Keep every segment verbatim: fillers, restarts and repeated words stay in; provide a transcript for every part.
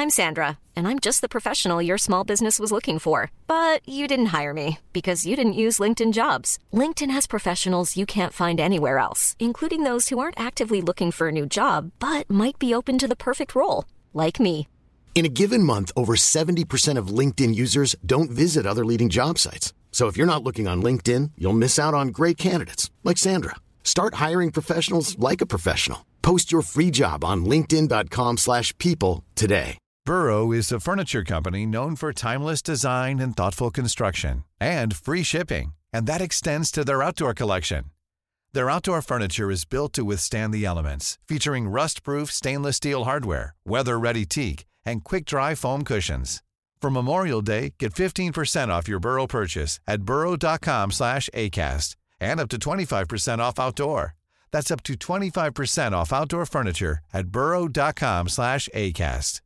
I'm Sandra, and I'm just the professional your small business was looking for. But you didn't hire me because you didn't use LinkedIn Jobs. LinkedIn has professionals you can't find anywhere else, including those who aren't actively looking for a new job, but might be open to the perfect role, like me. In a given month, over seventy percent of LinkedIn users don't visit other leading job sites. So if you're not looking on LinkedIn, you'll miss out on great candidates like Sandra. Start hiring professionals like a professional. Post your free job on linkedin dot com slash people today. Burrow is a furniture company known for timeless design and thoughtful construction and free shipping, and that extends to their outdoor collection. Their outdoor furniture is built to withstand the elements, featuring rust-proof stainless steel hardware, weather-ready teak, and quick-dry foam cushions. For Memorial Day, get fifteen percent off your Burrow purchase at burrow dot com slash acast and up to twenty-five percent off outdoor. That's up to twenty-five percent off outdoor furniture at burrow dot com slash acast.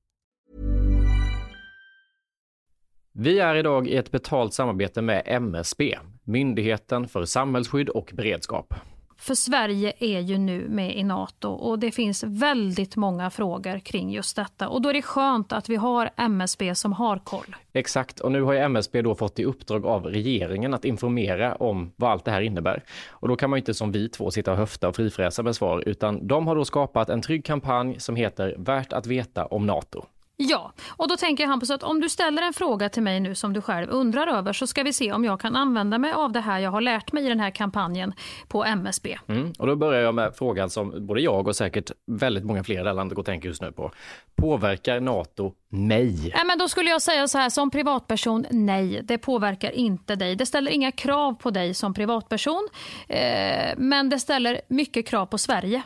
Vi är idag i ett betalt samarbete med M S B, Myndigheten för samhällsskydd och beredskap. För Sverige är ju nu med i NATO och det finns väldigt många frågor kring just detta. Och då är det skönt att vi har M S B som har koll. Exakt, och nu har ju M S B då fått i uppdrag av regeringen att informera om vad allt det här innebär. Och då kan man ju inte som vi två sitta och höfta och frifräsa med svar, utan de har då skapat en trygg kampanj som heter Värt att veta om NATO. Ja, och då tänker jag Hampus att om du ställer en fråga till mig nu som du själv undrar över så ska vi se om jag kan använda mig av det här jag har lärt mig i den här kampanjen på M S B. Mm, och då börjar jag med frågan som både jag och säkert väldigt många fler i det här landet går och tänker just nu på. Påverkar NATO mig? Nej, men då skulle jag säga så här, som privatperson, nej, det påverkar inte dig. Det ställer inga krav på dig som privatperson, eh, men det ställer mycket krav på Sverige.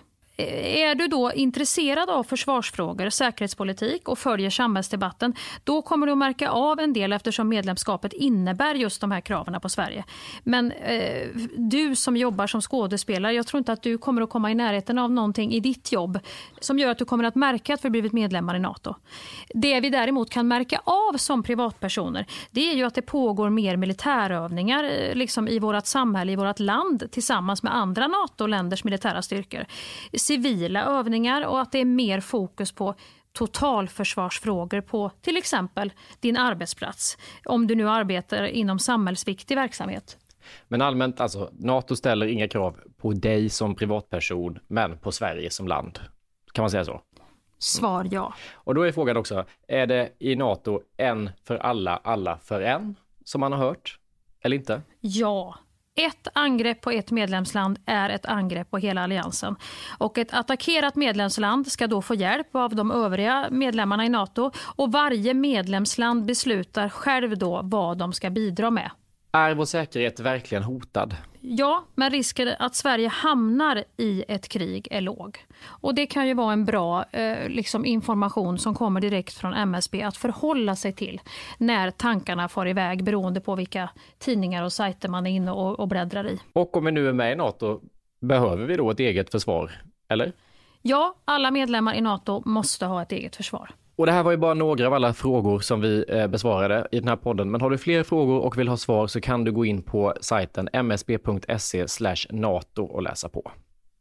Är du då intresserad av försvarsfrågor, säkerhetspolitik och följer samhällsdebatten, då kommer du att märka av en del eftersom medlemskapet innebär just de här kraven på Sverige. Men eh, du som jobbar som skådespelare, jag tror inte att du kommer att komma i närheten av någonting i ditt jobb som gör att du kommer att märka att vi blivit medlemmar i NATO. Det vi däremot kan märka av som privatpersoner, det är ju att det pågår mer militärövningar liksom i vårt samhälle, i vårt land tillsammans med andra NATO-länders militära styrkor. Civila övningar och att det är mer fokus på totalförsvarsfrågor på till exempel din arbetsplats om du nu arbetar inom samhällsviktig verksamhet. Men allmänt, alltså NATO ställer inga krav på dig som privatperson men på Sverige som land. Kan man säga så? Svar ja. Och då är frågan också, är det i NATO en för alla, alla för en som man har hört eller inte? Ja. Ett angrepp på ett medlemsland är ett angrepp på hela alliansen. Och ett attackerat medlemsland ska då få hjälp av de övriga medlemmarna i NATO. Och varje medlemsland beslutar själv då vad de ska bidra med. Är vår säkerhet verkligen hotad? Ja, men risken att Sverige hamnar i ett krig är låg. Och det kan ju vara en bra eh, liksom information som kommer direkt från M S B att förhålla sig till när tankarna far iväg beroende på vilka tidningar och sajter man är inne och, och bläddrar i. Och om vi nu är med i NATO, behöver vi då ett eget försvar, eller? Ja, alla medlemmar i NATO måste ha ett eget försvar. Och det här var ju bara några av alla frågor som vi eh, besvarade i den här podden. Men har du fler frågor och vill ha svar så kan du gå in på sajten m s b punkt s e slash nato och läsa på.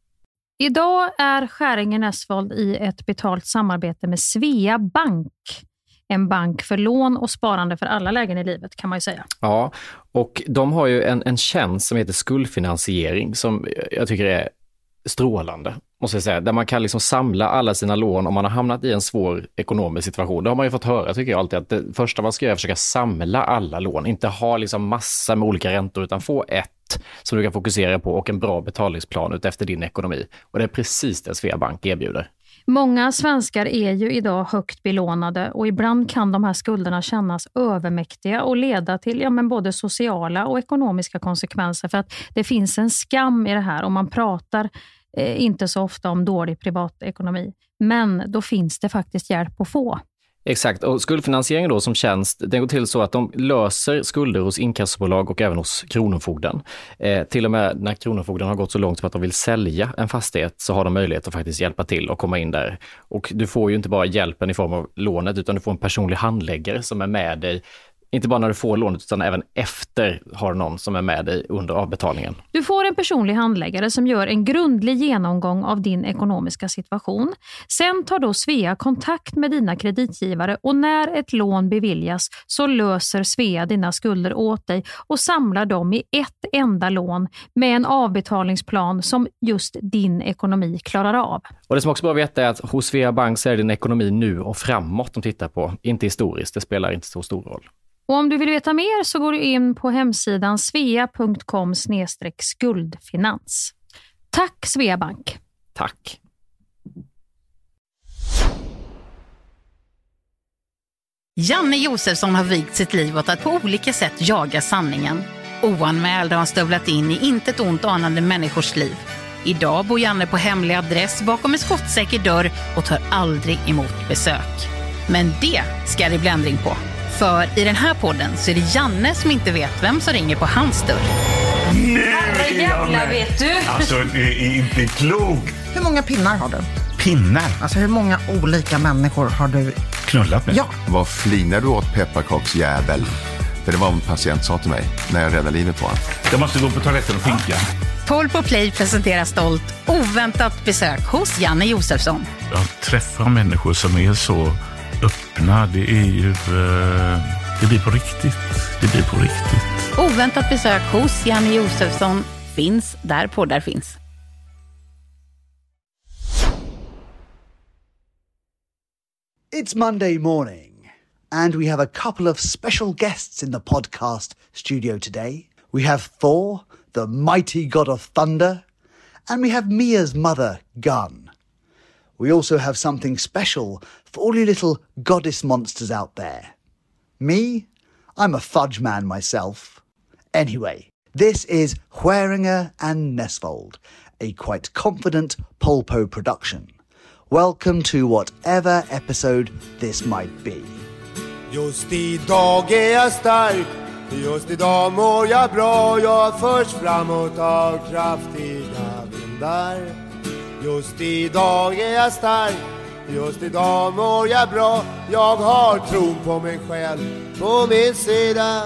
Idag är Skäringen Esvold i ett betalt samarbete med Svea Bank. En bank för lån och sparande för alla lägen i livet kan man ju säga. Ja, och de har ju en, en tjänst som heter skuldfinansiering som jag tycker är strålande. Måste jag säga, där man kan liksom samla alla sina lån om man har hamnat i en svår ekonomisk situation. Det har man ju fått höra tycker jag alltid att det första man ska göra är att försöka samla alla lån. Inte ha liksom massa med olika räntor utan få ett som du kan fokusera på och en bra betalningsplan ut efter din ekonomi. Och det är precis det Svea Bank erbjuder. Många svenskar är ju idag högt belånade och ibland kan de här skulderna kännas övermäktiga och leda till ja, men både sociala och ekonomiska konsekvenser för att det finns en skam i det här och man pratar eh, inte så ofta om dålig privatekonomi. Men då finns det faktiskt hjälp att få. Exakt, och skuldfinansiering då som tjänst, den går till så att de löser skulder hos inkassobolag och även hos kronofogden. Eh, till och med när kronofogden har gått så långt som att de vill sälja en fastighet så har de möjlighet att faktiskt hjälpa till och komma in där. Och du får ju inte bara hjälpen i form av lånet utan du får en personlig handläggare som är med dig inte bara när du får lånet utan även efter har någon som är med dig under avbetalningen. Du får en personlig handläggare som gör en grundlig genomgång av din ekonomiska situation. Sen tar då Svea kontakt med dina kreditgivare och när ett lån beviljas så löser Svea dina skulder åt dig och samlar dem i ett enda lån med en avbetalningsplan som just din ekonomi klarar av. Och det som också bör veta är att hos Svea Bank så är din ekonomi nu och framåt de tittar på, inte historiskt, det spelar inte så stor roll. Och om du vill veta mer så går du in på hemsidan svea punkt com slash skuldfinans. Tack Svea Bank. Tack. Janne Josefsson har vigt sitt liv åt att på olika sätt jaga sanningen. Oanmäld har han stövlat in i intet ont anande människors liv. Idag bor Janne på hemlig adress bakom en skottsäker dörr och tar aldrig emot besök. Men det ska det bli ändring på. För i den här podden så är det Janne som inte vet vem som ringer på hans dörr. Nej, jävla vet du. Alltså, det är inte klokt. Hur många pinnar har du? Pinnar? Alltså hur många olika människor har du knullat med? Ja. Vad flinar du åt pepparkaksjävel? För det var en patient sa till mig när jag räddade livet på honom. Jag måste gå på toaletten och pinka. Paul på Play presenterar stolt oväntat besök hos Janne Josefsson. Jag träffar människor som är så öppna. Det är ju... Uh, det blir på riktigt. Det blir på riktigt. Oväntat besök hos Janne Josefsson finns där poddar finns. It's Monday morning, and we have a couple of special guests in the podcast studio today. We have Thor, the mighty god of thunder, and we have Mia's mother, Gun. We also have something special for all you little goddess monsters out there. Me? I'm a fudge man myself. Anyway, this is Skäringer and Nesvold, a quite confident Polpo production. Welcome to whatever episode this might be. Just idag är jag stark, just idag mår jag bra. Jag förs framåt av kraftiga vindar. Just idag är jag stark, just idag mår jag bra. Jag har tron på mig själv på min sida.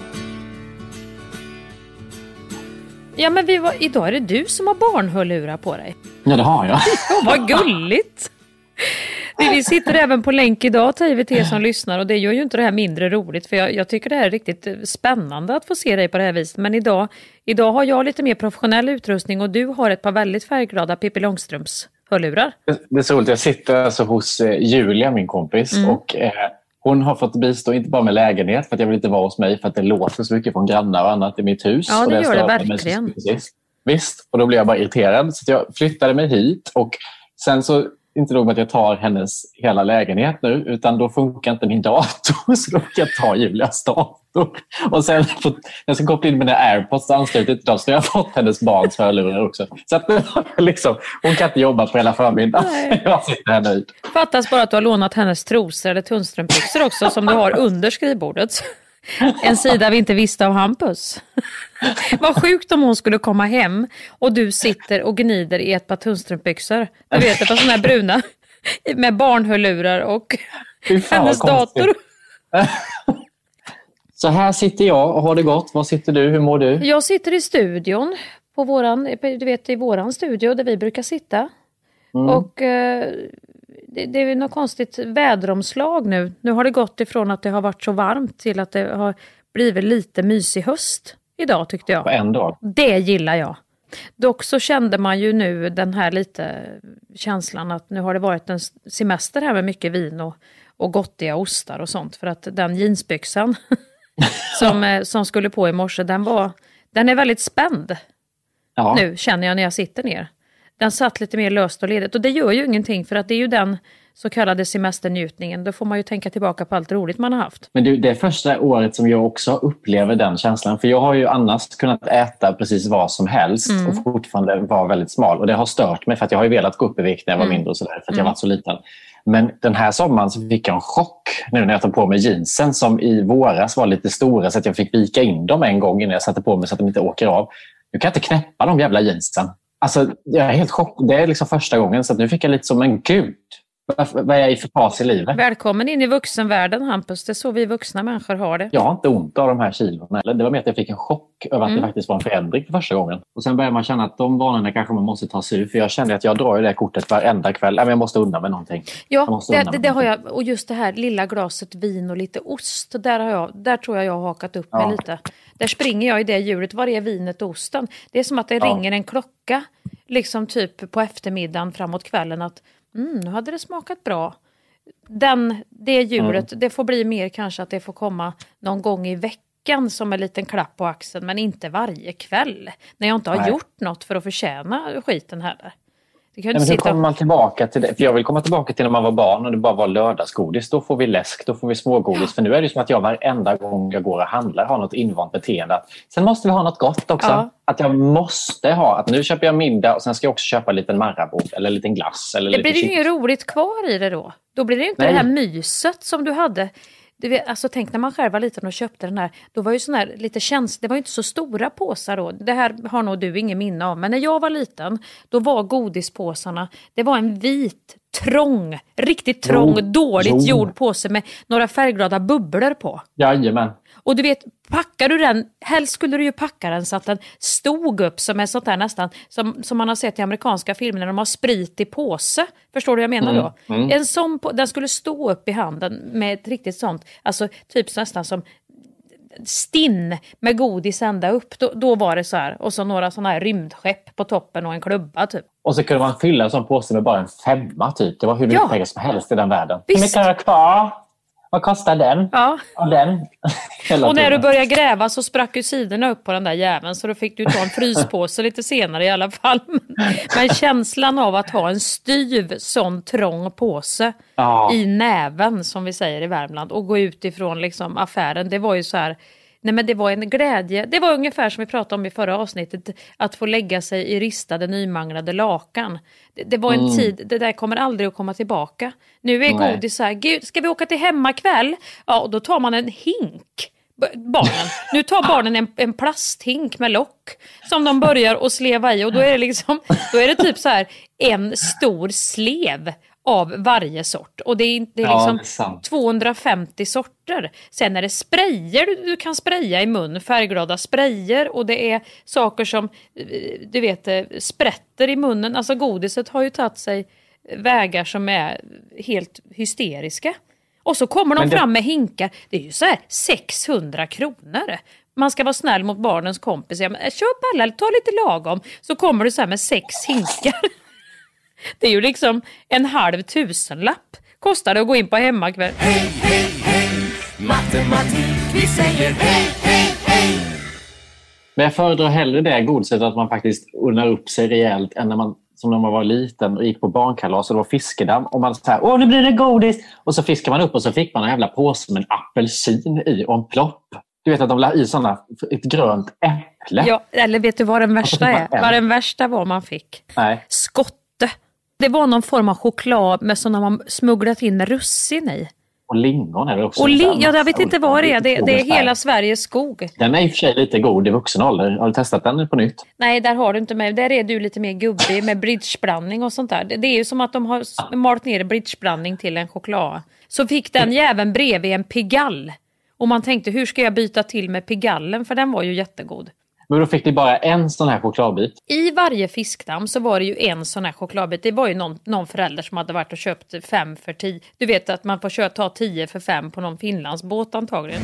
Ja, men vi var, idag är det du som har barnhörlurar på dig. Ja, det har jag. Oh, vad gulligt. Vi sitter även på länk idag till I V T som lyssnar och det gör ju inte det här mindre roligt för jag, jag tycker det här är riktigt spännande att få se dig på det här viset. Men idag, idag har jag lite mer professionell utrustning och du har ett par väldigt färgglada Pippi Långstrumps hörlurar. Det är så roligt, jag sitter alltså hos Julia, min kompis, mm. och eh, hon har fått bistå inte bara med lägenhet för att jag vill inte vara hos mig för att det låter så mycket från grannar och annat i mitt hus. Ja, det och gör det verkligen. Visst, och då blev jag bara irriterad så jag flyttade mig hit och sen så inte nog med att jag tar hennes hela lägenhet nu utan då funkar inte min dator så då kan jag ta Julias dator. Och sen när jag ska koppla in mina AirPods anslutit idag så jag har fått hennes barns hörlurar också. Så att liksom, hon kan inte jobba på hela förmiddagen. Jag sitter här nöjd. Fattas bara att du har lånat hennes trosor eller tunnströmbyxor också som du har under skrivbordet. En sida vi inte visste av Hampus. Vad sjukt om hon skulle komma hem och du sitter och gnider i ett par tunnstrumpbyxor. Du vet, ett par sådana här bruna med barnhörlurar och hennes dator. Så här sitter jag och har det gott. Var sitter du? Hur mår du? Jag sitter i studion på våran, du vet, i våran studio där vi brukar sitta. Mm. Och eh, det, det är något konstigt väderomslag nu. Nu har det gått ifrån att det har varit så varmt till att det har blivit lite mysig höst idag tyckte jag. På en dag. Det gillar jag. Dock så kände man ju nu den här lite känslan att nu har det varit en semester här med mycket vin och, och gottiga ostar och sånt. För att den jeansbyxan som, som skulle på i morse, den, var, den är väldigt spänd. Ja. Nu känner jag när jag sitter ner. Den satt lite mer löst och ledigt. Och det gör ju ingenting för att det är ju den så kallade semesternjutningen. Då får man ju tänka tillbaka på allt roligt man har haft. Men du, det är första året som jag också upplever den känslan. För jag har ju annars kunnat äta precis vad som helst mm. och fortfarande vara väldigt smal. Och det har stört mig för att jag har ju velat gå upp i vikt när jag var mm. mindre och sådär. För att mm. jag var så liten. Men den här sommaren så fick jag en chock nu när jag tog på mig jeansen som i våras var lite stora så att jag fick vika in dem en gång innan jag satte på mig så att de inte åker av. Nu kan jag inte knäppa de jävla jeansen. Alltså jag är helt chockad. Det är liksom första gången så att nu fick jag lite som en gud. Vad är jag i för fas i livet? Välkommen in i vuxenvärlden, Hampus. Det är så vi vuxna människor har det. Jag har inte ont av de här kilorna. Det var mer att jag fick en chock över att Mm. det faktiskt var en förändring för första gången. Och sen börjar man känna att de vanorna kanske man måste ta sig ur. För jag kände att jag drar ju det kortet varenda kväll. Jag måste undan med någonting. Ja, det, det, det har jag. Och just det här lilla glaset vin och lite ost. Där, har jag, där tror jag jag har hakat upp mig Ja. lite. Där springer jag i det djuret. Var är vinet och osten? Det är som att det Ja. ringer en klocka. Liksom typ på eftermiddagen framåt kvällen. Att mm, nu hade det smakat bra. Den, det djuret, mm. det får bli mer kanske att det får komma någon gång i veckan som en liten klapp på axeln, men inte varje kväll. När jag inte har Nej. gjort något för att förtjäna skiten heller. Det kan Nej, inte men hur sitta... kommer man tillbaka till det? För jag vill komma tillbaka till när man var barn och det bara var lördagsgodis. Då får vi läsk, då får vi smågodis. Ja. För nu är det som att jag varenda gång jag går och handlar har något invant beteende. Sen måste vi ha något gott också. Ja. Att jag måste ha, att nu köper jag middag och sen ska jag också köpa en liten Marabou eller en liten glass. Eller det lite blir ju chips. inget roligt kvar i det då. Då blir det ju inte Nej. det här myset som du hade. Du vet, alltså tänk när man själv var liten och köpte den här. Då var ju sån här lite känsligt. Det var ju inte så stora påsar då. Det här har nog du ingen minne av. Men när jag var liten, då var godispåsarna. Det var en vit, trång, riktigt trång, Jo. dåligt Jo. gjord påse med några färgglada bubblor på. Jajamän. Och du vet, packar du den, helst skulle du ju packa den så att den stod upp som en sånt där nästan, som, som man har sett i amerikanska filmer när de har sprit i påse. Förstår du vad jag menar då? Mm, mm. En sån, den skulle stå upp i handen med ett riktigt sånt, alltså typ så nästan som stinn med godis ända upp. Då, då var det så här, och så några såna här rymdskepp på toppen och en klubba typ. Och så kunde man fylla en sån påse med bara en femma typ. Det var hur mycket Ja. pengar som helst i den världen. Visst. Hur mycket har jag kvar? Vad kostar den? Ja. Och den? Hela Och när du tiden. började gräva så sprack ju sidorna upp på den där jäveln, så då fick du ta en fryspåse lite senare i alla fall. Men, men känslan av att ha en styv sån trång påse Ja. i näven, som vi säger i Värmland, och gå ut ifrån liksom affären, det var ju så här. Nej, men det var en glädje. Det var ungefär som vi pratade om i förra avsnittet, att få lägga sig i ristade nymanglade lakan. Det, det var en Mm. tid, det där kommer aldrig att komma tillbaka. Nu är Nej. godis så här, gud, ska vi åka till hemmakväll? Ja, och då tar man en hink. B- Barnen. Nu tar barnen en, en plasthink med lock som de börjar att sleva i, och då är det liksom, då är det typ så här en stor slev av varje sort. Och det är, det är Ja, liksom det är sant. tvåhundrafemtio sorter. Sen är det sprayer du, du kan spraya i mun, färgglada sprayer, och det är saker som eh, du vet eh, sprätter i munnen. Alltså godiset har ju tagit sig vägar som är helt hysteriska. Och så kommer de Men det- fram med hinkar. Det är ju så här sexhundra kronor. Man ska vara snäll mot barnens kompis. Ja, men köp alla, eller ta lite lagom. Så kommer du så här med sex hinkar. Det är ju liksom en halv tusenlapp. Kostar det att gå in på hemmakväll. Hej, hej, hej, matematik, vi säger hej, hej, hej. Men jag föredrar hellre det godiset att man faktiskt unnar upp sig rejält än när man, som när man var liten och gick på barnkalas och det var fiskedamm och man så här, åh nu blir det godis, och så fiskar man upp och så fick man en jävla påse med en apelsin i och en plopp. Du vet att de la i sådana, ett grönt äpple. Ja, eller vet du vad den värsta är? Vad den värsta var man fick? Nej. Skotte. Det var någon form av choklad med sådana man smugglat in russin i. Och lingon är det också. Och Så här lin- ja, jag vet massa inte vad det är. Det, olika det är godis. hela Sveriges skog. Den är i och för sig lite god i vuxen ålder. Har du testat den på nytt? Nej, där har du inte med. Där är du lite mer gubbig med bridgeblandning och sånt där. Det, det är ju som att de har s- malt ner bridgeblandning till en choklad. Så fick den jäveln bredvid en Pigalle. Och man tänkte, hur ska jag byta till med Pigallen? För den var ju jättegod. Men då fick ni bara en sån här chokladbit. I varje fiskdamm så var det ju en sån här chokladbit. Det var ju någon, någon förälder som hade varit och köpt fem för tio. Du vet att man får köra, ta tio för fem på någon Finlandsbåt antagligen.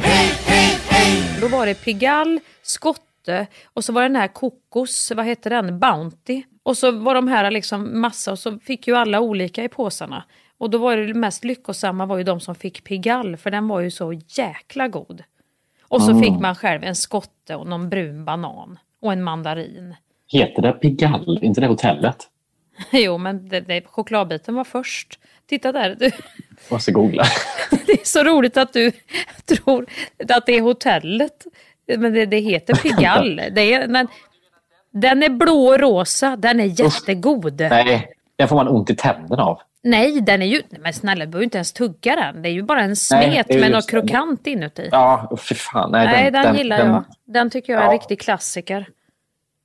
Då var det Pigalle, skotte och så var det den här kokos, vad heter den? Bounty. Och så var de här liksom massa, och så fick ju alla olika i påsarna. Och då var det mest lyckosamma var ju de som fick Pigalle, för den var ju så jäkla god. Och så Mm. fick man själv en skotte och någon brun banan och en mandarin. Heter det Pigalle? Inte det hotellet? Jo, men det, det, chokladbiten var först. Titta där. Du, Måste googla. det är så roligt att du tror att det är hotellet. Men det, det heter Pigalle. Det är, den, den är blå och rosa. Den är jättegod. Nej, den får man ont i tänderna av. Nej, den är ju... Men snälla, du behöver inte ens tugga den. Det är ju bara en smet Nej, det är ju med just något det. krokant inuti. Ja, fy fan. Nej, Nej, den, den, den gillar den, jag. Den tycker jag är ja. en riktig klassiker.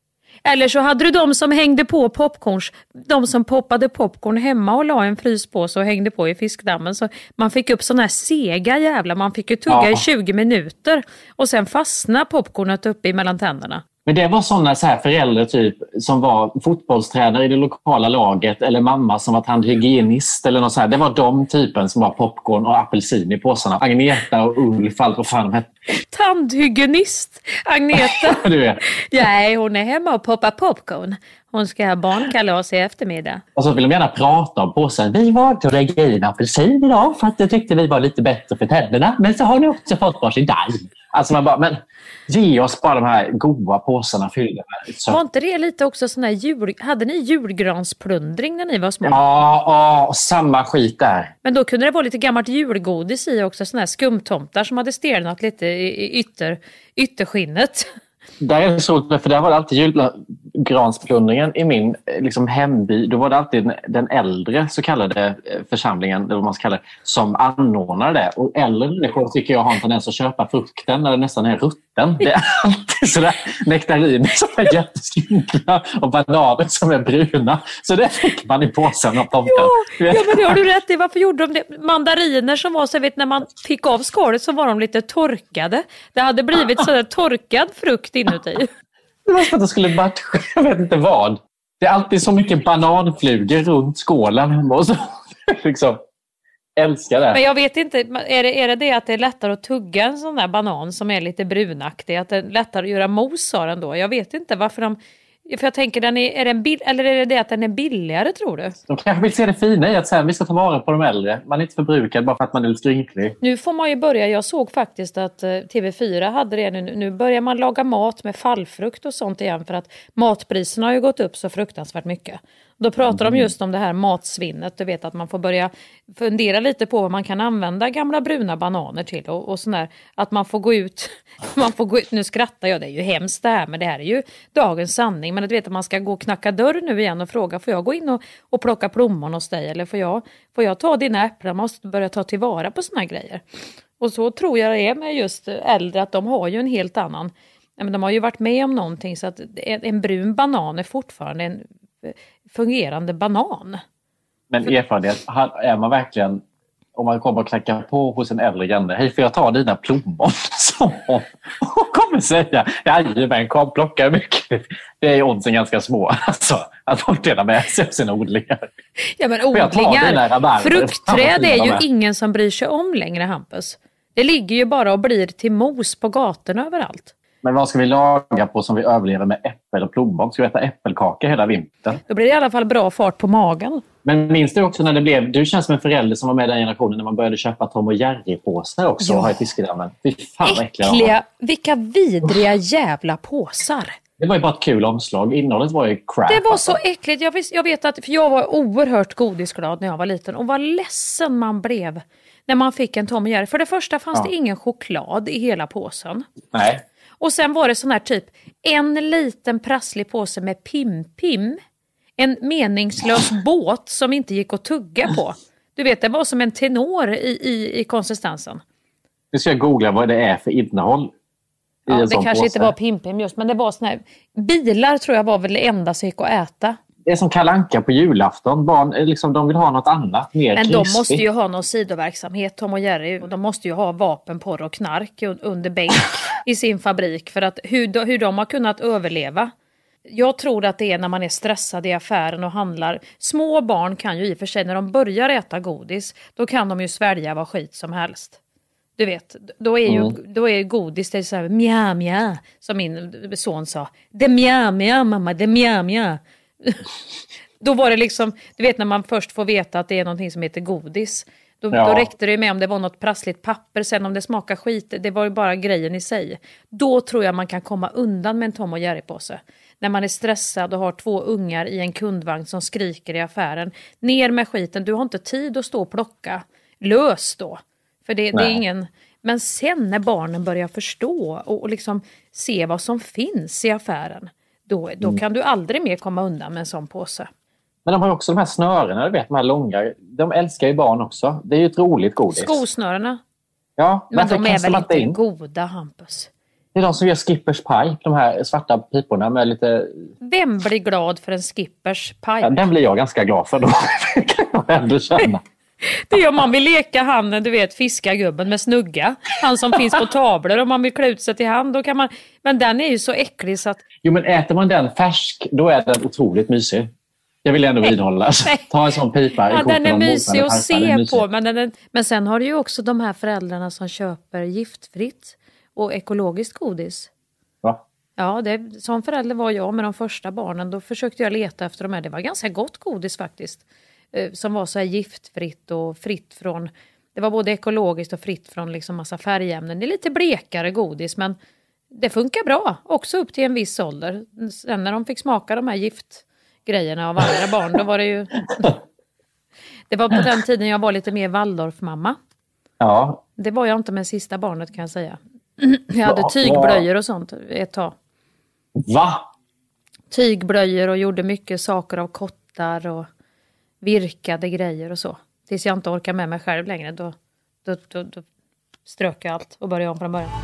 Eller så hade du de som hängde på popcorns, de som poppade popcorn hemma och la en fryspåse och hängde på i fiskdammen. Så man fick upp sådana här sega jävla, man fick ju tugga ja. i tjugo minuter och sen fastna popcornet uppe mellan tänderna. Men det var sådana så här föräldrar typ som var fotbollstränare i det lokala laget eller mamma som var tandhygienist eller något så här. Det var de typen som var popcorn och apelsin i påsarna. Agneta och Ulf, allt vad fan de hette. Tandhygienist, Agneta. Du vet. Nej, hon är hemma och poppar popcorn. Hon ska ha barnkalas i eftermiddag. Och så vill de gärna prata om påsen. Vi valde att lägga i en apelsin idag för att det tyckte vi var lite bättre för tänderna. Men så har ni också fått varsin daim. Alltså man bara, men ge oss bara de här goda påsarna fyllda med. Så. Var inte det lite också sån här jul... Hade ni julgransplundring när ni var små? Ja, ja, samma skit där. Men då kunde det vara lite gammalt julgodis i också. Såna här skumtomtar som hade stelnat lite i ytter, ytterskinnet. Där är det så, för där var det alltid julgransplundringen i min liksom, hemby. Då var det alltid den äldre så kallade församlingen, eller vad man ska kalla det, som anordnade det. Och äldre människor tycker jag har en tendens att köpa frukten när det nästan är rutten. Det är alltid sådär nektariner som är jätteskunkna och bananer som är bruna. Så det fick man i påsen av tomten. Ja, ja, men det har du rätt i. Varför gjorde de det? Mandariner som var så, vet, när man fick av skalet så var de lite torkade. Det hade blivit sådär torkad frukt inuti. Det var så att det skulle matcha, jag vet inte vad. Det är alltid så mycket bananflugor runt skålen. Och så, liksom, älskar det. Men jag vet inte, är det, är det det att det är lättare att tugga en sån där banan som är lite brunaktig? Att det är lättare att göra mos av den då? Jag vet inte varför de... För jag tänker, den är, är den bill, eller är det det att den är billigare, tror du? De kanske vill se det fina i att säga, vi ska ta vara på de äldre. Man är inte förbrukad bara för att man är lite skrynklig. Nu får man ju börja, jag såg faktiskt att T V fyra hade det nu. Nu börjar man laga mat med fallfrukt och sånt igen för att matpriserna har ju gått upp så fruktansvärt mycket. Då pratar mm. de just om det här matsvinnet. Du vet att man får börja fundera lite på vad man kan använda gamla bruna bananer till. Och, och sån där, att man får gå ut, man får gå ut, nu skrattar jag, det är ju hemskt det här, men det här är ju dagens sanning. Men du vet att man ska gå och knacka dörr nu igen och fråga, får jag gå in och, och plocka plommon hos dig? Eller får jag, får jag ta dina äpplen? Man måste börja ta tillvara på såna här grejer. Och så tror jag det är med just äldre, att de har ju en helt annan, de har ju varit med om någonting, så att en, en brun banan är fortfarande en fungerande banan. Men erfarenhet, är man verkligen, om man kommer att knacka på hos en äldre granne, hej, får jag ta dina plommon? Så hon kommer säga, jajamän, kom, plocka mycket. Det är oddsen ganska små, alltså, att folk delar med sig av sina odlingar. Ja, men odlingar, fruktträd är ju ingen som bryr sig om längre, Hampus. Det ligger ju bara och blir till mos på gatorna överallt. Men vad ska vi laga på som vi överlever med äppel och plommon? Ska vi äta äppelkaka hela vintern? Då blir det i alla fall bra fart på magen. Men minns du också när det blev... Du känns som en förälder som var med i den generationen när man började köpa Tom och Jerry-påsar också ja. och ha i fiskedammen. Fy fan vad äckliga. Äckliga, vilka vidriga jävla påsar. Det var ju bara ett kul omslag. Innehållet var ju crap. Det var alltså. så äckligt. Jag, vis, jag vet att, för jag var oerhört godisglad när jag var liten. Och vad ledsen man blev när man fick en Tom och Jerry. För det första fanns ja. det ingen choklad i hela påsen. Nej. Och sen var det sån här typ en liten prasslig påse med pim-pim. En meningslös båt som inte gick att tugga på. Du vet, det var som en tenor i, i, i konsistensen. Nu ska jag googla vad det är för innehåll. Ja, det kanske påse. inte var pim-pim just, men det var sån här... Bilar tror jag var väl det enda som gick att äta. Det är som Kalle Anka på julafton. Barn, liksom, de vill ha något annat, mer Men krispigt. De måste ju ha någon sidoverksamhet, Tom och Jerry. De måste ju ha vapen, porr och knark under bänk i sin fabrik. För att hur de, hur de har kunnat överleva. Jag tror att det är när man är stressad i affären och handlar. Små barn kan ju i och för sig, när de börjar äta godis, då kan de ju svälja vad skit som helst. Du vet, då är ju mm. då är godis det är så här mjä mjä, som min son sa. Det mjä mjä mamma, det mjä mjä. Då var det liksom, du vet när man först får veta att det är någonting som heter godis. Då, ja. då räckte det med om det var något prassligt papper. Sen om det smakar skit, det var ju bara grejen i sig. Då tror jag man kan komma undan med en Tom och Jerry-påse. När man är stressad och har två ungar i en kundvagn som skriker i affären. Ner med skiten, du har inte tid att stå och plocka. Lös då. För det, det är ingen... Men sen när barnen börjar förstå och, och liksom se vad som finns i affären. Då, då mm. kan du aldrig mer komma undan med en sån påse. Men de har också de här snörena, du vet, de här långa. De älskar ju barn också. Det är ju ett roligt godis. Skosnörena. Ja, men de är väl inte in? goda, Hampus? Det är de som gör Skippers pie, de här svarta piporna med lite... Vem blir glad för en Skippers pie? Ja, den blir jag ganska glad för då. Kan jag ändå känna. Det är om man vill leka han, du vet, fiskargubben med snugga. Han som finns på tavlor, om man vill klä ut sig till hand, då kan man... Men den är ju så äcklig så att... Jo, men äter man den färsk, då är den otroligt mysig. Jag vill ändå vidhålla. Ta en sån pipa. Ja, den är mysig att se på. Men, den är... men sen har du ju också de här föräldrarna som köper giftfritt och ekologiskt godis. Va? Ja, det, som förälder var jag med de första barnen. Då försökte jag leta efter de här. Det var ganska gott godis faktiskt. Som var så här giftfritt och fritt från... Det var både ekologiskt och fritt från liksom massa färgämnen. Det är lite blekare godis, men det funkar bra. Också upp till en viss ålder. Sen när de fick smaka de här giftgrejerna av andra barn, då var det ju... Det var på den tiden jag var lite mer Waldorf-mamma. Ja. Det var jag inte med sista barnet, kan jag säga. Jag hade tygblöjor och sånt ett tag. Va? Tygblöjor och gjorde mycket saker av kottar och virkade grejer och så. Tills jag inte orkar med mig själv längre. Då, då, då, då strök jag allt och började om från början.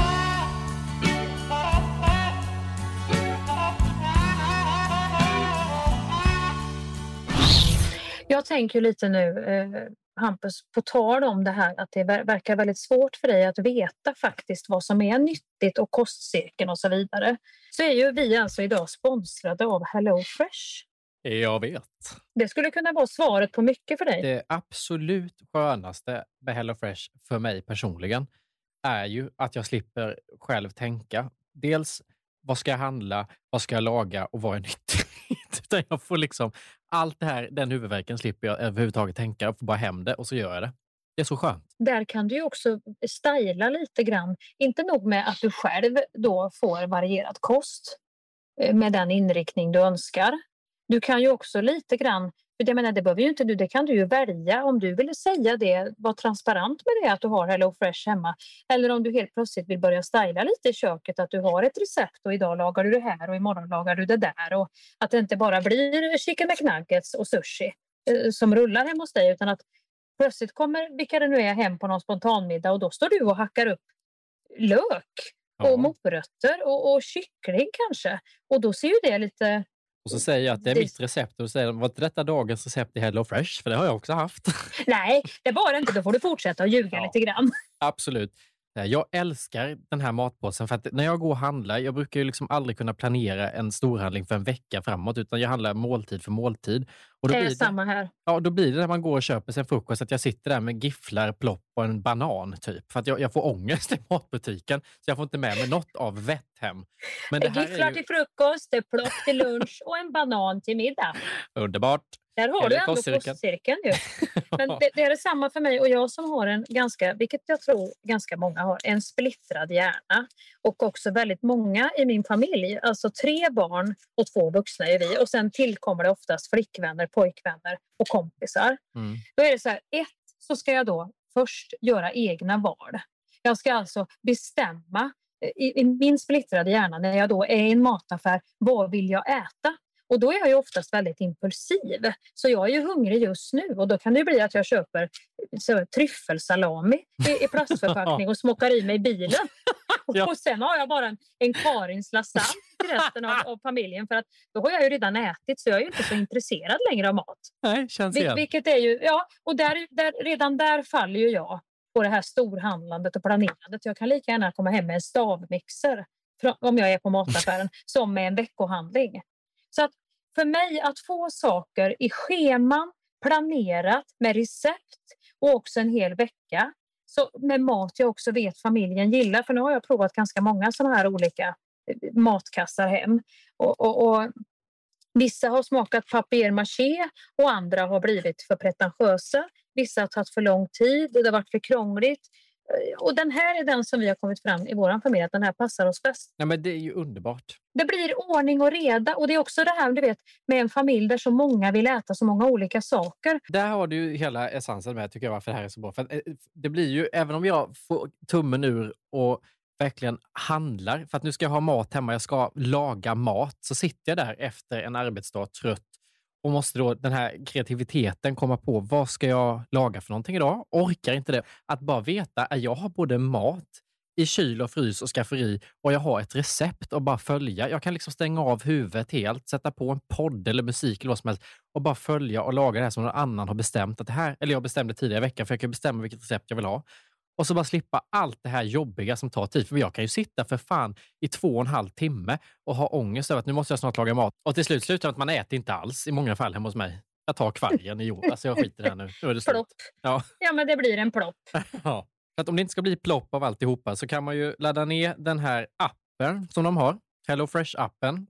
Jag tänker lite nu, eh, Hampus, på tal om det här att det verkar väldigt svårt för dig att veta faktiskt vad som är nyttigt och kostcirkeln och så vidare. Så är ju vi alltså idag sponsrade av HelloFresh. Jag vet. Det skulle kunna vara svaret på mycket för dig. Det absolut skönaste med HelloFresh för mig personligen är ju att jag slipper själv tänka. Dels, vad ska jag handla, vad ska jag laga och vad är nyttigt? Utan jag får liksom, allt det här, den huvudvärken slipper jag överhuvudtaget tänka. Jag får bara hem det och så gör jag det. Det är så skönt. Där kan du ju också styla lite grann. Inte nog med att du själv då får varierad kost med den inriktning du önskar. Du kan ju också lite grann, för jag menar, det behöver ju inte du, det kan du ju välja om du vill säga det, vara transparent med det att du har HelloFresh hemma. Eller om du helt plötsligt vill börja styla lite i köket, att du har ett recept och idag lagar du det här och imorgon lagar du det där. Och att det inte bara blir chicken McNuggets och sushi eh, som rullar hem hos dig, utan att plötsligt kommer vilka det nu är hem på någon spontanmiddag och då står du och hackar upp lök och ja. morötter och, och kyckling kanske. Och då ser ju det lite... Och så säger jag att det är mitt recept och då säger de, var inte detta dagens recept i HelloFresh? För det har jag också haft. Nej, det var det inte. Då får du fortsätta att ljuga ja, lite grann. Absolut. Jag älskar den här matpåsen för att när jag går och handlar, jag brukar ju liksom aldrig kunna planera en storhandling för en vecka framåt, utan jag handlar måltid för måltid. Och då det är blir samma det, här. Ja, då blir det när man går och köper sig en frukost att jag sitter där med gifflar, plopp och en banan typ. För att jag, jag får ångest i matbutiken så jag får inte med mig något av vett hem. Men det här gifflar är ju... till frukost, det är plopp till lunch och en banan till middag. Underbart. Där har du ändå kostcirkeln ju. Men det, det är detsamma för mig och jag som har en ganska, vilket jag tror ganska många har, en splittrad hjärna. Och också väldigt många i min familj, alltså tre barn och två vuxna är vi. Och sen tillkommer det oftast flickvänner, pojkvänner och kompisar. Mm. Då är det så här, ett så ska jag då först göra egna val. Jag ska alltså bestämma i, i min splittrade hjärna när jag då är i en mataffär, vad vill jag äta? Och då är jag ju oftast väldigt impulsiv. Så jag är ju hungrig just nu. Och då kan det bli att jag köper så, tryffelsalami i, i plastförpackning och smockar i mig i bilen. Ja. Och sen har jag bara en, en Karins lasagne till resten av, av familjen. För att då har jag ju redan ätit så jag är ju inte så intresserad längre av mat. Nej, känns Vil, vilket är ju, ja, och där, där, redan där faller ju jag på det här storhandlandet och planerandet. Jag kan lika gärna komma hem med en stavmixer om jag är på mataffären som med en veckohandling. Så att för mig att få saker i scheman, planerat med recept och också en hel vecka. Så med mat jag också vet familjen gillar. För nu har jag provat ganska många sådana här olika matkassar hem. Och, och, och vissa har smakat papier-maché och andra har blivit för pretentiösa. Vissa har tagit för lång tid och det har varit för krångligt. Och den här är den som vi har kommit fram i vår familj, att den här passar oss bäst. Ja, men det är ju underbart. Det blir ordning och reda och det är också det här du vet med en familj där så många vill äta så många olika saker. Där har du ju hela essensen med tycker jag varför det här är så bra. För att det blir ju, även om jag får tummen ur och verkligen handlar, för att nu ska jag ha mat hemma, jag ska laga mat, så sitter jag där efter en arbetsdag trött och måste då den här kreativiteten komma på vad ska jag laga för någonting idag? Orkar inte det. Att bara veta att jag har både mat i kyl och frys och skafferi och jag har ett recept att bara följa. Jag kan liksom stänga av huvudet helt, sätta på en podd eller musik eller vad som helst och bara följa och laga det här som någon annan har bestämt. Att det här, eller jag bestämde tidigare i veckan för jag kan bestämma vilket recept jag vill ha. Och så bara slippa allt det här jobbiga som tar tid. För jag kan ju sitta för fan i två och en halv timme och ha ångest över att nu måste jag snart laga mat. Och till slut slutar att man äter inte alls i många fall hemma hos mig. Jag tar kvargen i år. Alltså jag skiter här nu. Nu är det slut. Plopp. Ja. Ja, men det blir en plopp. Ja. För att om det inte ska bli plopp av alltihopa så kan man ju ladda ner den här appen som de har. HelloFresh-appen.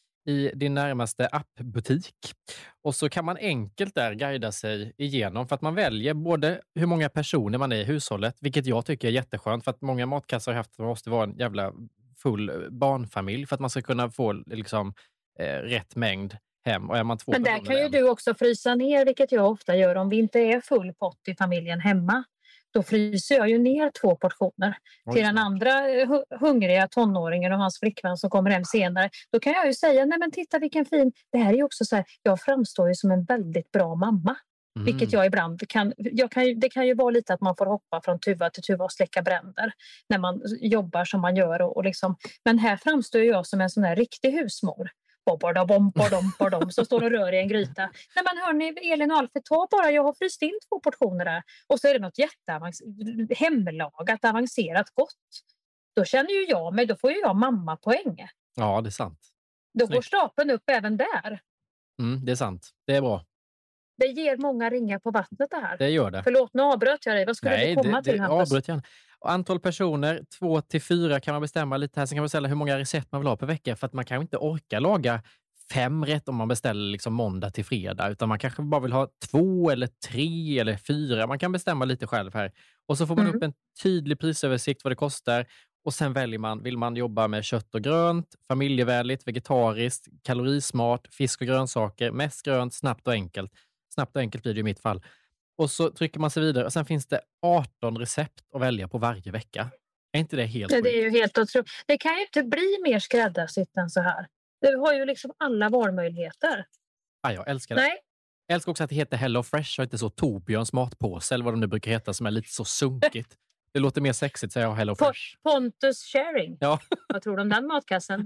I din närmaste appbutik. Och så kan man enkelt där guida sig igenom för att man väljer både hur många personer man är i hushållet, vilket jag tycker är jätteskönt för att många matkassar har haft att man måste vara en jävla full barnfamilj för att man ska kunna få liksom eh, rätt mängd hem. Och är man två Men där kan ju du också frysa ner, vilket jag ofta gör om vi inte är full pott i familjen hemma. Då fryser jag ju ner två portioner Oj, till den andra hungriga tonåringen och hans flickvän som kommer hem senare. Då kan jag ju säga, nej men titta vilken fin, det här är ju också så här, jag framstår ju som en väldigt bra mamma. Mm. Vilket jag ibland kan, jag kan, det kan ju vara lite att man får hoppa från tuva till tuva och släcka bränder när man jobbar som man gör. Och, och liksom, men här framstår jag som en sån här riktig husmor. Bom, bom, bom, bom, så står och rör i en gryta. Nej men hörni, Elin och Alfred, ta bara, jag har fryst in två portioner där. Och så är det något jätteavancerat, hemlagat, avancerat gott. Då känner ju jag mig, då får ju jag mamma-poäng. Ja, det är sant. Då går stapeln upp även där. Mm, det är sant, det är bra. Det ger många ringar på vattnet det här. Det gör det. Förlåt, nu avbröt jag dig. Vad skulle Nej, du komma det, till? Det avbröt jag. Och antal personer, två till fyra kan man bestämma lite här. Sen kan man beställa hur många recept man vill ha per vecka. För att man kan inte orka laga fem rätt om man beställer liksom måndag till fredag. Utan man kanske bara vill ha två eller tre eller fyra. Man kan bestämma lite själv här. Och så får man mm. upp en tydlig prisöversikt vad det kostar. Och sen väljer man, vill man jobba med kött och grönt, familjevänligt, vegetariskt, kalorismart, fisk och grönsaker, mest grönt, snabbt och enkelt. Snabbt och enkelt blir det i mitt fall. Och så trycker man sig vidare och sen finns det arton recept att välja på varje vecka. Är inte det helt sjukt? Det är ju helt otroligt. Det kan ju inte bli mer skräddarsytt än så här. Du har ju liksom alla valmöjligheter. Ja, jag älskar det. Nej. Jag älskar också att det heter HelloFresh och inte så Torbjörns matpåse eller vad de nu brukar heta som är lite så sunkigt. Det låter mer sexigt säger jag HelloFresh. Pontus Sharing. Ja. Vad tror du om den matkassen?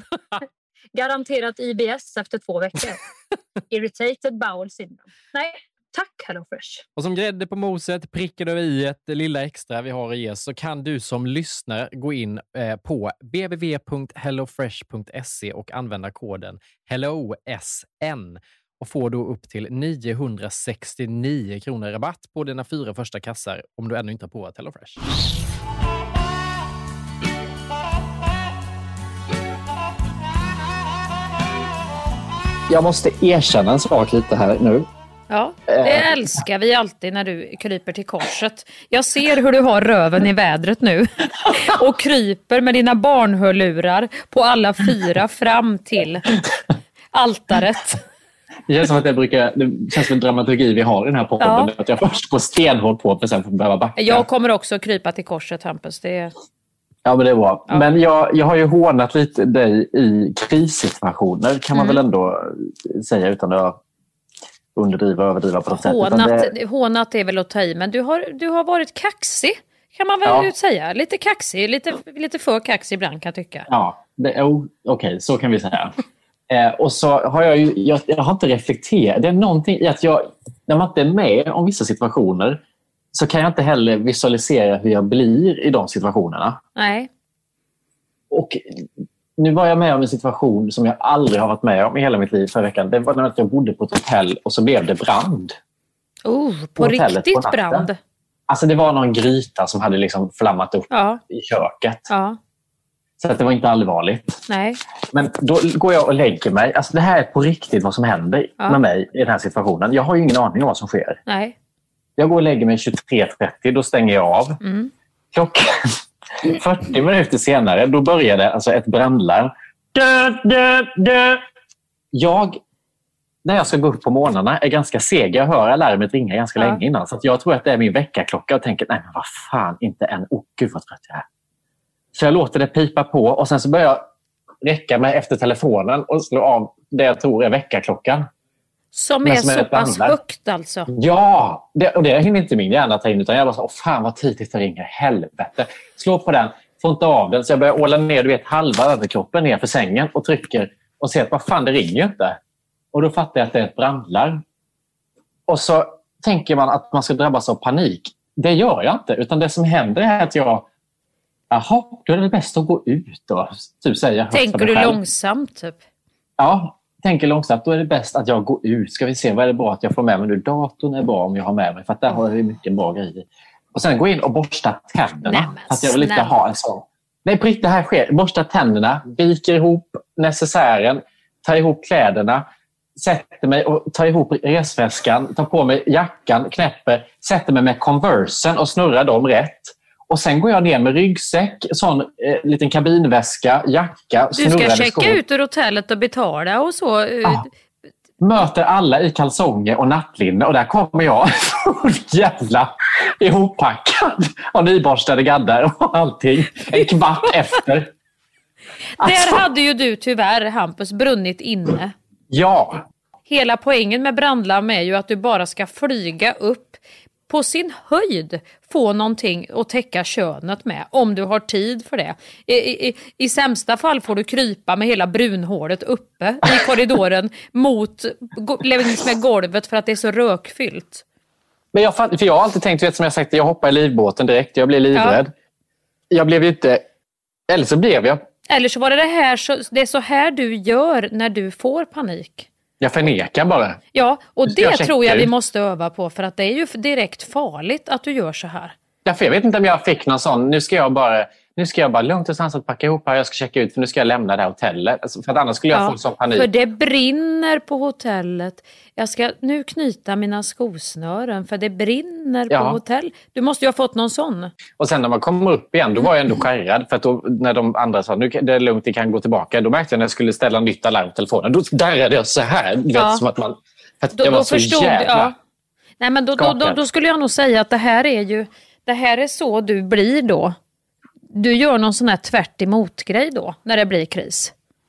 Garanterat I B S efter två veckor. Irritated bowel syndrome. Nej, tack HelloFresh. Och som grädde på moset, prickar du i ett lilla extra vi har att ge så kan du som lyssnar gå in eh, på w w w punkt hellofresh punkt se och använda koden HelloSN och får då upp till niohundrasextionio kronor rabatt på dina fyra första kassar om du ännu inte har provat HelloFresh. Jag måste erkänna en sak lite här nu. Ja, det älskar vi alltid när du kryper till korset. Jag ser hur du har röven i vädret nu och kryper med dina barnhörlurar på alla fyra fram till altaret. Det känns som att jag brukar, det känns som en dramaturgi vi har i den här podden. Ja. Att jag först går stenhårt på för sen får behöva backa. Jag kommer också krypa till korset, Hampus. Det är... Ja, men det är bra. Ja. Men jag, jag har ju hånat lite dig i krissituationer kan man mm. väl ändå säga utan att underdriva och överdriva på något hånat, sätt. Det... Hånat är väl att ta i, men du har, du har varit kaxig kan man väl ja. säga. Lite kaxig, lite, lite för kaxig ibland kan jag tycka. Ja, oh, okej, okay, så kan vi säga. eh, och så har jag ju, jag, jag har inte reflekterat. Det är någonting i att jag, när man inte är med om vissa situationer så kan jag inte heller visualisera hur jag blir i de situationerna. Nej. Och nu var jag med om en situation som jag aldrig har varit med om i hela mitt liv förra veckan. Det var när jag bodde på ett hotell och så blev det brand. Oh, på, på riktigt på brand? Alltså det var någon gryta som hade liksom flammat upp ja. i köket. Ja. Så att det var inte allvarligt. Nej. Men då går jag och lägger mig. Alltså det här är på riktigt vad som händer ja. med mig i den här situationen. Jag har ju ingen aning om vad som sker. Nej. Jag går och lägger mig tjugotre trettio, då stänger jag av. Mm. Klockan fyrtio minuter senare, då började alltså ett brandlarm. Dö, dö, dö. Jag, när jag ska gå upp på morgnarna, är ganska seg. Jag hör alarmet ringa ganska ja. länge innan. Så att jag tror att det är min väckarklocka och tänker, nej men vad fan, inte en... Oh, gud vad trött jag är. Så jag låter det pipa på och sen så börjar jag räcka mig efter telefonen och slå av det jag tror är väckarklockan. Som är, som är så pass högt alltså. Ja, det, och det hinner inte min hjärna ta in utan jag bara så, åh fan vad tidigt det ringer, helvete. Slå på den, får inte av den. Så jag börjar åla ner, du vet, halva överkroppen ner för sängen och trycker och ser att vad fan, det ringer ju inte. Och då fattar jag att det är ett brandlarm. Och så tänker man att man ska drabbas av panik. Det gör jag inte, utan det som händer är att jag jaha, då är det bäst att gå ut då. Typ säga, tänker du långsamt typ? Ja, tänker långsamt. Då är det bäst att jag går ut. Ska vi se, vad är det bra att jag får med mig nu? Datorn är bra om jag har med mig, för att där har jag mycket bra grejer. Och sen gå in och borsta tänderna. Nej, att jag vill inte ha en sån. Nej, prick, det här sker. Borsta tänderna, viker ihop necessären, tar ihop kläderna, sätter mig och tar ihop resväskan, tar på mig jackan, knäpper, sätter mig med Conversen och snurrar dem rätt. Och sen går jag ner med ryggsäck, sån eh, liten kabinväska, jacka, du ska checka skor. Ut ur hotellet och betala och så. Ah, möter alla i kalsonger och nattlinne och där kommer jag jävla ihoppackad och nyborstade gaddar och allting. En kvart efter. Alltså. Där hade ju du tyvärr, Hampus, brunnit inne. Ja. Hela poängen med brandlarm är ju att du bara ska flyga upp på sin höjd, få någonting att täcka könet med, om du har tid för det. I, i, i sämsta fall får du krypa med hela brunhålet uppe i korridoren mot längs med golvet för att det är så rökfyllt. Men jag, för jag har alltid tänkt, vet, som jag sagt, jag hoppar i livbåten direkt, jag blir livrädd. Ja. Jag blev ju inte, eller så blev jag. Eller så var det det här, så, det är så här du gör när du får panik. Jag förnekar bara. Ja, och det tror jag vi måste öva på, för att det är ju direkt farligt att du gör så här. Ja, för jag vet inte om jag fick någon sån, nu ska jag bara, nu ska jag bara lugnt och sansat packa ihop här, jag ska checka ut för nu ska jag lämna det här hotellet. Alltså, för att annars skulle jag ja, få sån panik. För det brinner på hotellet. Jag ska nu knyta mina skosnören för det brinner ja. på hotell. Du måste ju ha fått någon sån. Och sen när man kommer upp igen, då var jag ändå skärrad. För att då, när de andra sa, nu det är lugnt, det kan gå tillbaka. Då märkte jag när jag skulle ställa nytt alarm på telefonen. Då darrade jag så här. Du ja. vet, som att man, för att då, jag var då så förstod, jävla ja. Nej, men då, då, då, då skulle jag nog säga att det här är ju, det här är så du blir då. Du gör någon sån här tvärt emot grej då, när det blir kris.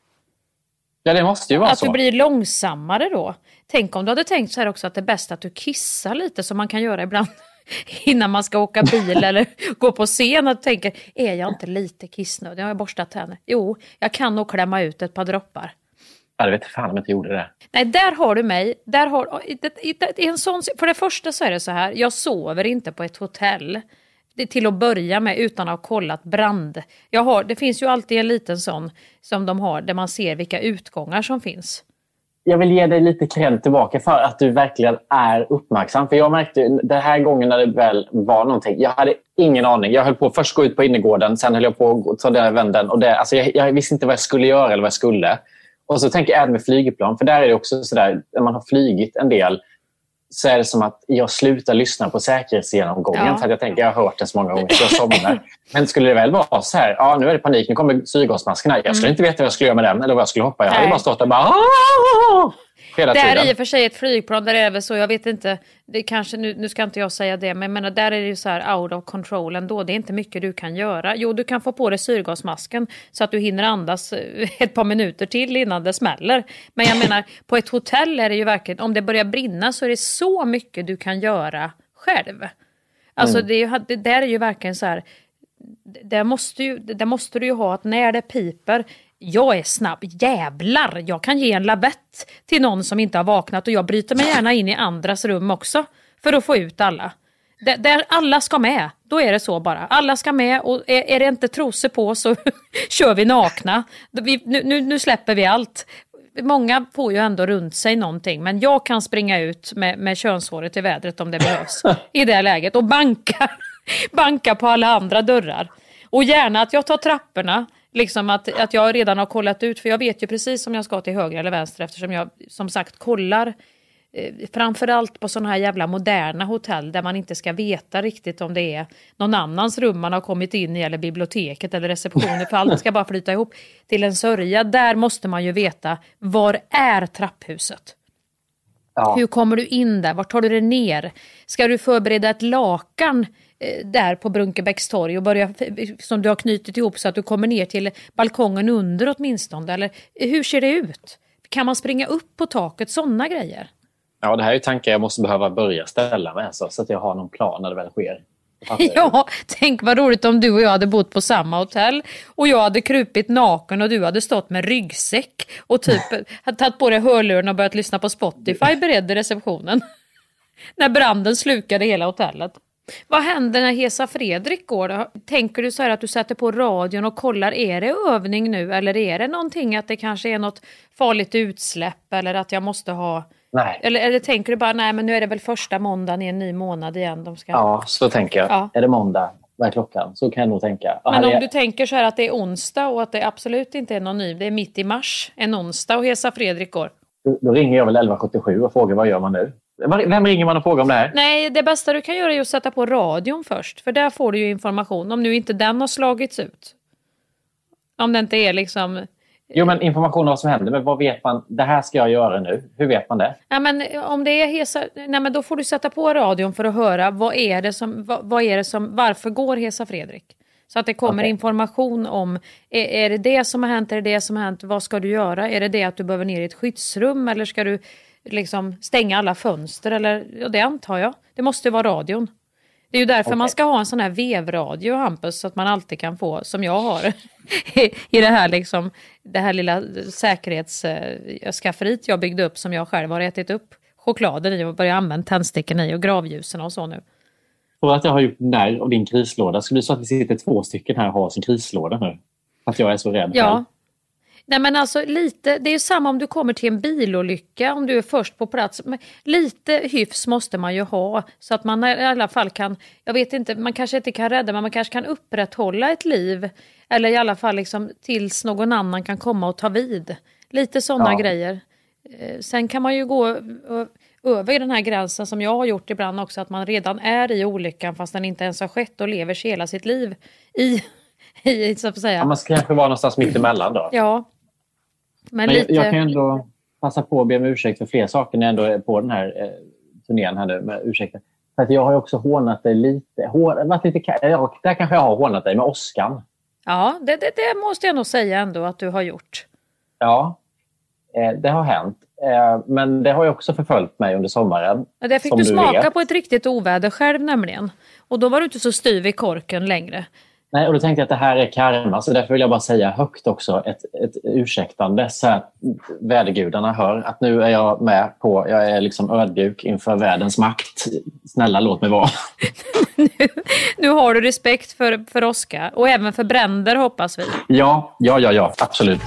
Ja, det måste ju vara att så. Att du blir långsammare då. Tänk om du hade tänkt så här också, att det är bäst att du kissar lite, som man kan göra ibland innan man ska åka bil eller gå på scen. Att du tänker, är jag inte lite kissnödig? Jag har borstat tänder. Jo, jag kan nog klämma ut ett par droppar. Ja, det vet fan om jag inte gjorde det. Nej, där har du mig. Där har, en sån, för det första så är det så här, jag sover inte på ett hotell. Det till att börja med utan att ha kollat brand. Jag har, det finns ju alltid en liten sån som de har där man ser vilka utgångar som finns. Jag vill ge dig lite cred tillbaka för att du verkligen är uppmärksam. För jag märkte den här gången när det väl var någonting. Jag hade ingen aning. Jag höll på att först gå ut på innergården. Sen höll jag på att ta den vändan. Och det, alltså jag, jag visste inte vad jag skulle göra eller vad jag skulle. Och så tänker jag även med flygplan. För där är det också sådär, när man har flygit en del, så är det som att jag slutar lyssna på säkerhetsgenomgången. Ja. För att jag tänker, jag har hört det så många gånger så jag somnar. Men skulle det väl vara så här, ja nu är det panik, nu kommer syrgasmaskerna. Jag skulle mm. inte veta vad jag skulle göra med den eller vad jag skulle hoppa. Jag hade bara stått där och bara hela det tiden. är i och för sig ett flygplan, där är det väl så, jag vet inte, det kanske, nu, nu ska inte jag säga det, men jag menar, där är det ju så här out of control ändå. Det är inte mycket du kan göra. Jo, du kan få på dig syrgasmasken så att du hinner andas ett par minuter till innan det smäller. Men jag menar, på ett hotell är det ju verkligen, om det börjar brinna så är det så mycket du kan göra själv. Alltså mm. det, är ju, det där är ju verkligen så här, där måste, ju, där måste du ju ha att när det piper, jag är snabb, jävlar, jag kan ge en lavett till någon som inte har vaknat och jag bryter mig gärna in i andras rum också för att få ut alla. Där, där alla ska med, då är det så bara. Alla ska med och är, är det inte trosor på så kör vi nakna. Vi, nu, nu, nu släpper vi allt. Många får ju ändå runt sig någonting, men jag kan springa ut med, med könshåret i vädret om det behövs i det läget och banka, banka på alla andra dörrar. Och gärna att jag tar trapporna. Liksom att, att jag redan har kollat ut, för jag vet ju precis om jag ska till höger eller vänster, eftersom jag som sagt kollar eh, framförallt på sådana här jävla moderna hotell där man inte ska veta riktigt om det är någon annans rum man har kommit in i eller biblioteket eller receptionen, för allt ska bara flyta ihop till en sörja. Där måste man ju veta, var är trapphuset? Ja. Hur kommer du in där? Vart tar du dig ner? Ska du förbereda ett lakan där på Brunkebäckstorg och börja, som du har knutit ihop så att du kommer ner till balkongen under åtminstone, eller hur ser det ut? Kan man springa upp på taket, sådana grejer? Ja, det här är tankar jag måste behöva börja ställa med så, så att jag har någon plan när det väl sker. Ja, tänk vad roligt om du och jag hade bott på samma hotell och jag hade krupit naken och du hade stått med ryggsäck och typ hade tagit på dig hörluren och börjat lyssna på Spotify beredd i receptionen. När branden slukade hela hotellet. Vad händer när Hesa Fredrik går då? Tänker du så här att du sätter på radion och kollar, är det övning nu eller är det någonting att det kanske är något farligt utsläpp eller att jag måste ha... Nej. Eller, eller tänker du bara, nej men nu är det väl första måndagen i en ny månad igen de ska... Ja, så tänker jag. Ja. Är det måndag? Vad är klockan? Så kan jag nog tänka. Men om är... du tänker så här att det är onsdag och att det absolut inte är någon ny, det är mitt i mars, en onsdag och Hesa Fredrik går. Då, då ringer jag väl elva sjuttiosju och frågar vad gör man nu? Vem ringer man och frågar om det här? Nej, det bästa du kan göra är att sätta på radion först. För där får du ju information. Om nu inte den har slagits ut. Om det inte är liksom... Jo, men information om vad som händer. Men vad vet man? Det här ska jag göra nu. Hur vet man det? Ja, men om det är Hesa... Nej, men då får du sätta på radion för att höra vad är det som... Vad, vad är det som... Varför går Hesa Fredrik? Så att det kommer okay. information om... Är, är det det som har hänt? Är det det som har hänt? Vad ska du göra? Är det det att du behöver ner i ett skyddsrum? Eller ska du... liksom stänga alla fönster eller ja, det antar jag. Det måste vara radion. Det är ju därför okay. man ska ha en sån här vevradio, Hampus, så att man alltid kan få, som jag har i det här liksom det här lilla säkerhetsskafferiet jag byggde upp som jag själv har ätit upp chokladen i och börjat använda tändsticken i och gravljusen och så nu. Och att jag har gjort när av din krislåda. Skulle det så att vi sitter två stycken här och har sin krislåda nu? Att jag är så rädd. Ja. Nej men alltså lite, det är ju samma om du kommer till en bilolycka, om du är först på plats. Men lite hyfs måste man ju ha så att man i alla fall kan, jag vet inte, man kanske inte kan rädda men man kanske kan upprätthålla ett liv. Eller i alla fall liksom tills någon annan kan komma och ta vid. Lite sådana ja. grejer. Sen kan man ju gå över den här gränsen som jag har gjort ibland också, att man redan är i olyckan fast den inte ens har skett och lever hela sitt liv i, i så att säga. Ja, man ska kanske vara någonstans mitt emellan då. Ja. Men, Men lite... jag, jag kan ändå passa på att be om ursäkt för fler saker när jag ändå är på den här eh, turnén här nu med ursäkter. För att jag har ju också hånat dig lite. Hår, varit lite ja, där kanske jag har hånat dig med Oskan. Ja, det, det, det måste jag nog säga ändå att du har gjort. Ja, eh, det har hänt. Eh, men det har ju också förföljt mig under sommaren. Ja, det fick du, du smaka vet. på ett riktigt oväder själv nämligen. Och då var du inte så styv i korken längre. Nej, och då tänkte jag att det här är karma, så därför vill jag bara säga högt också ett, ett ursäktande så att vädergudarna hör att nu är jag med på, jag är liksom ödmjuk inför världens makt. Snälla, låt mig vara. nu, nu har du respekt för, för Oscar och även för bränder hoppas vi. Ja, ja, ja, ja, absolut.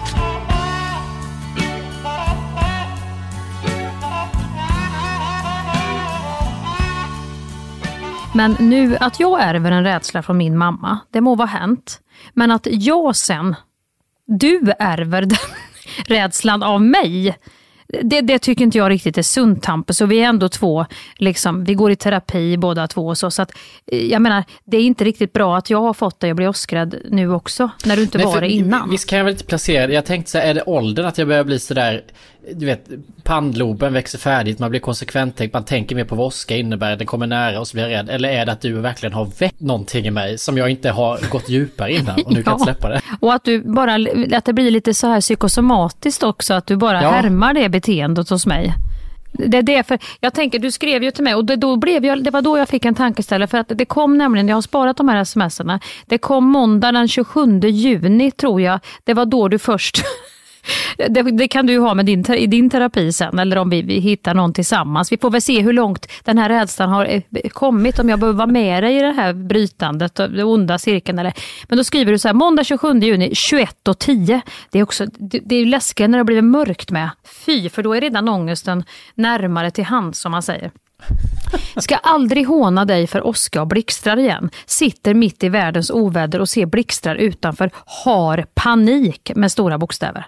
Men nu att jag ärver en rädsla från min mamma, det må vara hänt. Men att jag sen, du ärver den rädslan av mig, det, det tycker inte jag riktigt är sunt, Hampus. Så vi är ändå två, liksom, vi går i terapi båda två. Så, så att, jag menar, det är inte riktigt bra att jag har fått dig att bli oskrad nu också, när du inte Nej, var det innan. Visst kan jag väl inte placera, jag tänkte så här, är det åldern att jag börjar bli så där, du vet, pannloben växer färdigt, man blir konsekvent, man tänker mer på vad Oscar innebär, den kommer nära och så blir jag rädd. Eller är det att du verkligen har väckt någonting i mig som jag inte har gått djupare innan och nu kan ja. släppa det? Och att du bara, att det blir lite så här psykosomatiskt också, att du bara ja. härmar det beteendet hos mig. Det är det, för jag tänker, du skrev ju till mig och det, då blev jag, det var då jag fick en tankeställare, för att det kom nämligen, jag har sparat de här sms'erna, det kom måndag den tjugosjunde juni tror jag, det var då du först det, det kan du ju ha med din, i din terapi sen, eller om vi, vi hittar någon tillsammans. Vi får väl se hur långt den här rädslan har kommit, om jag behöver vara med dig i det här brytandet, det onda cirkeln. Eller. Men då skriver du så här, måndag tjugosjunde juni tjugoett och tio. Det är också, det, det är ju läskigt när det blir mörkt med. Fy, för då är redan ångesten närmare till hand, som man säger. Ska aldrig håna dig för åska och blixtrar igen. Sitter mitt i världens oväder och ser blixtrar utanför. Har panik med stora bokstäver.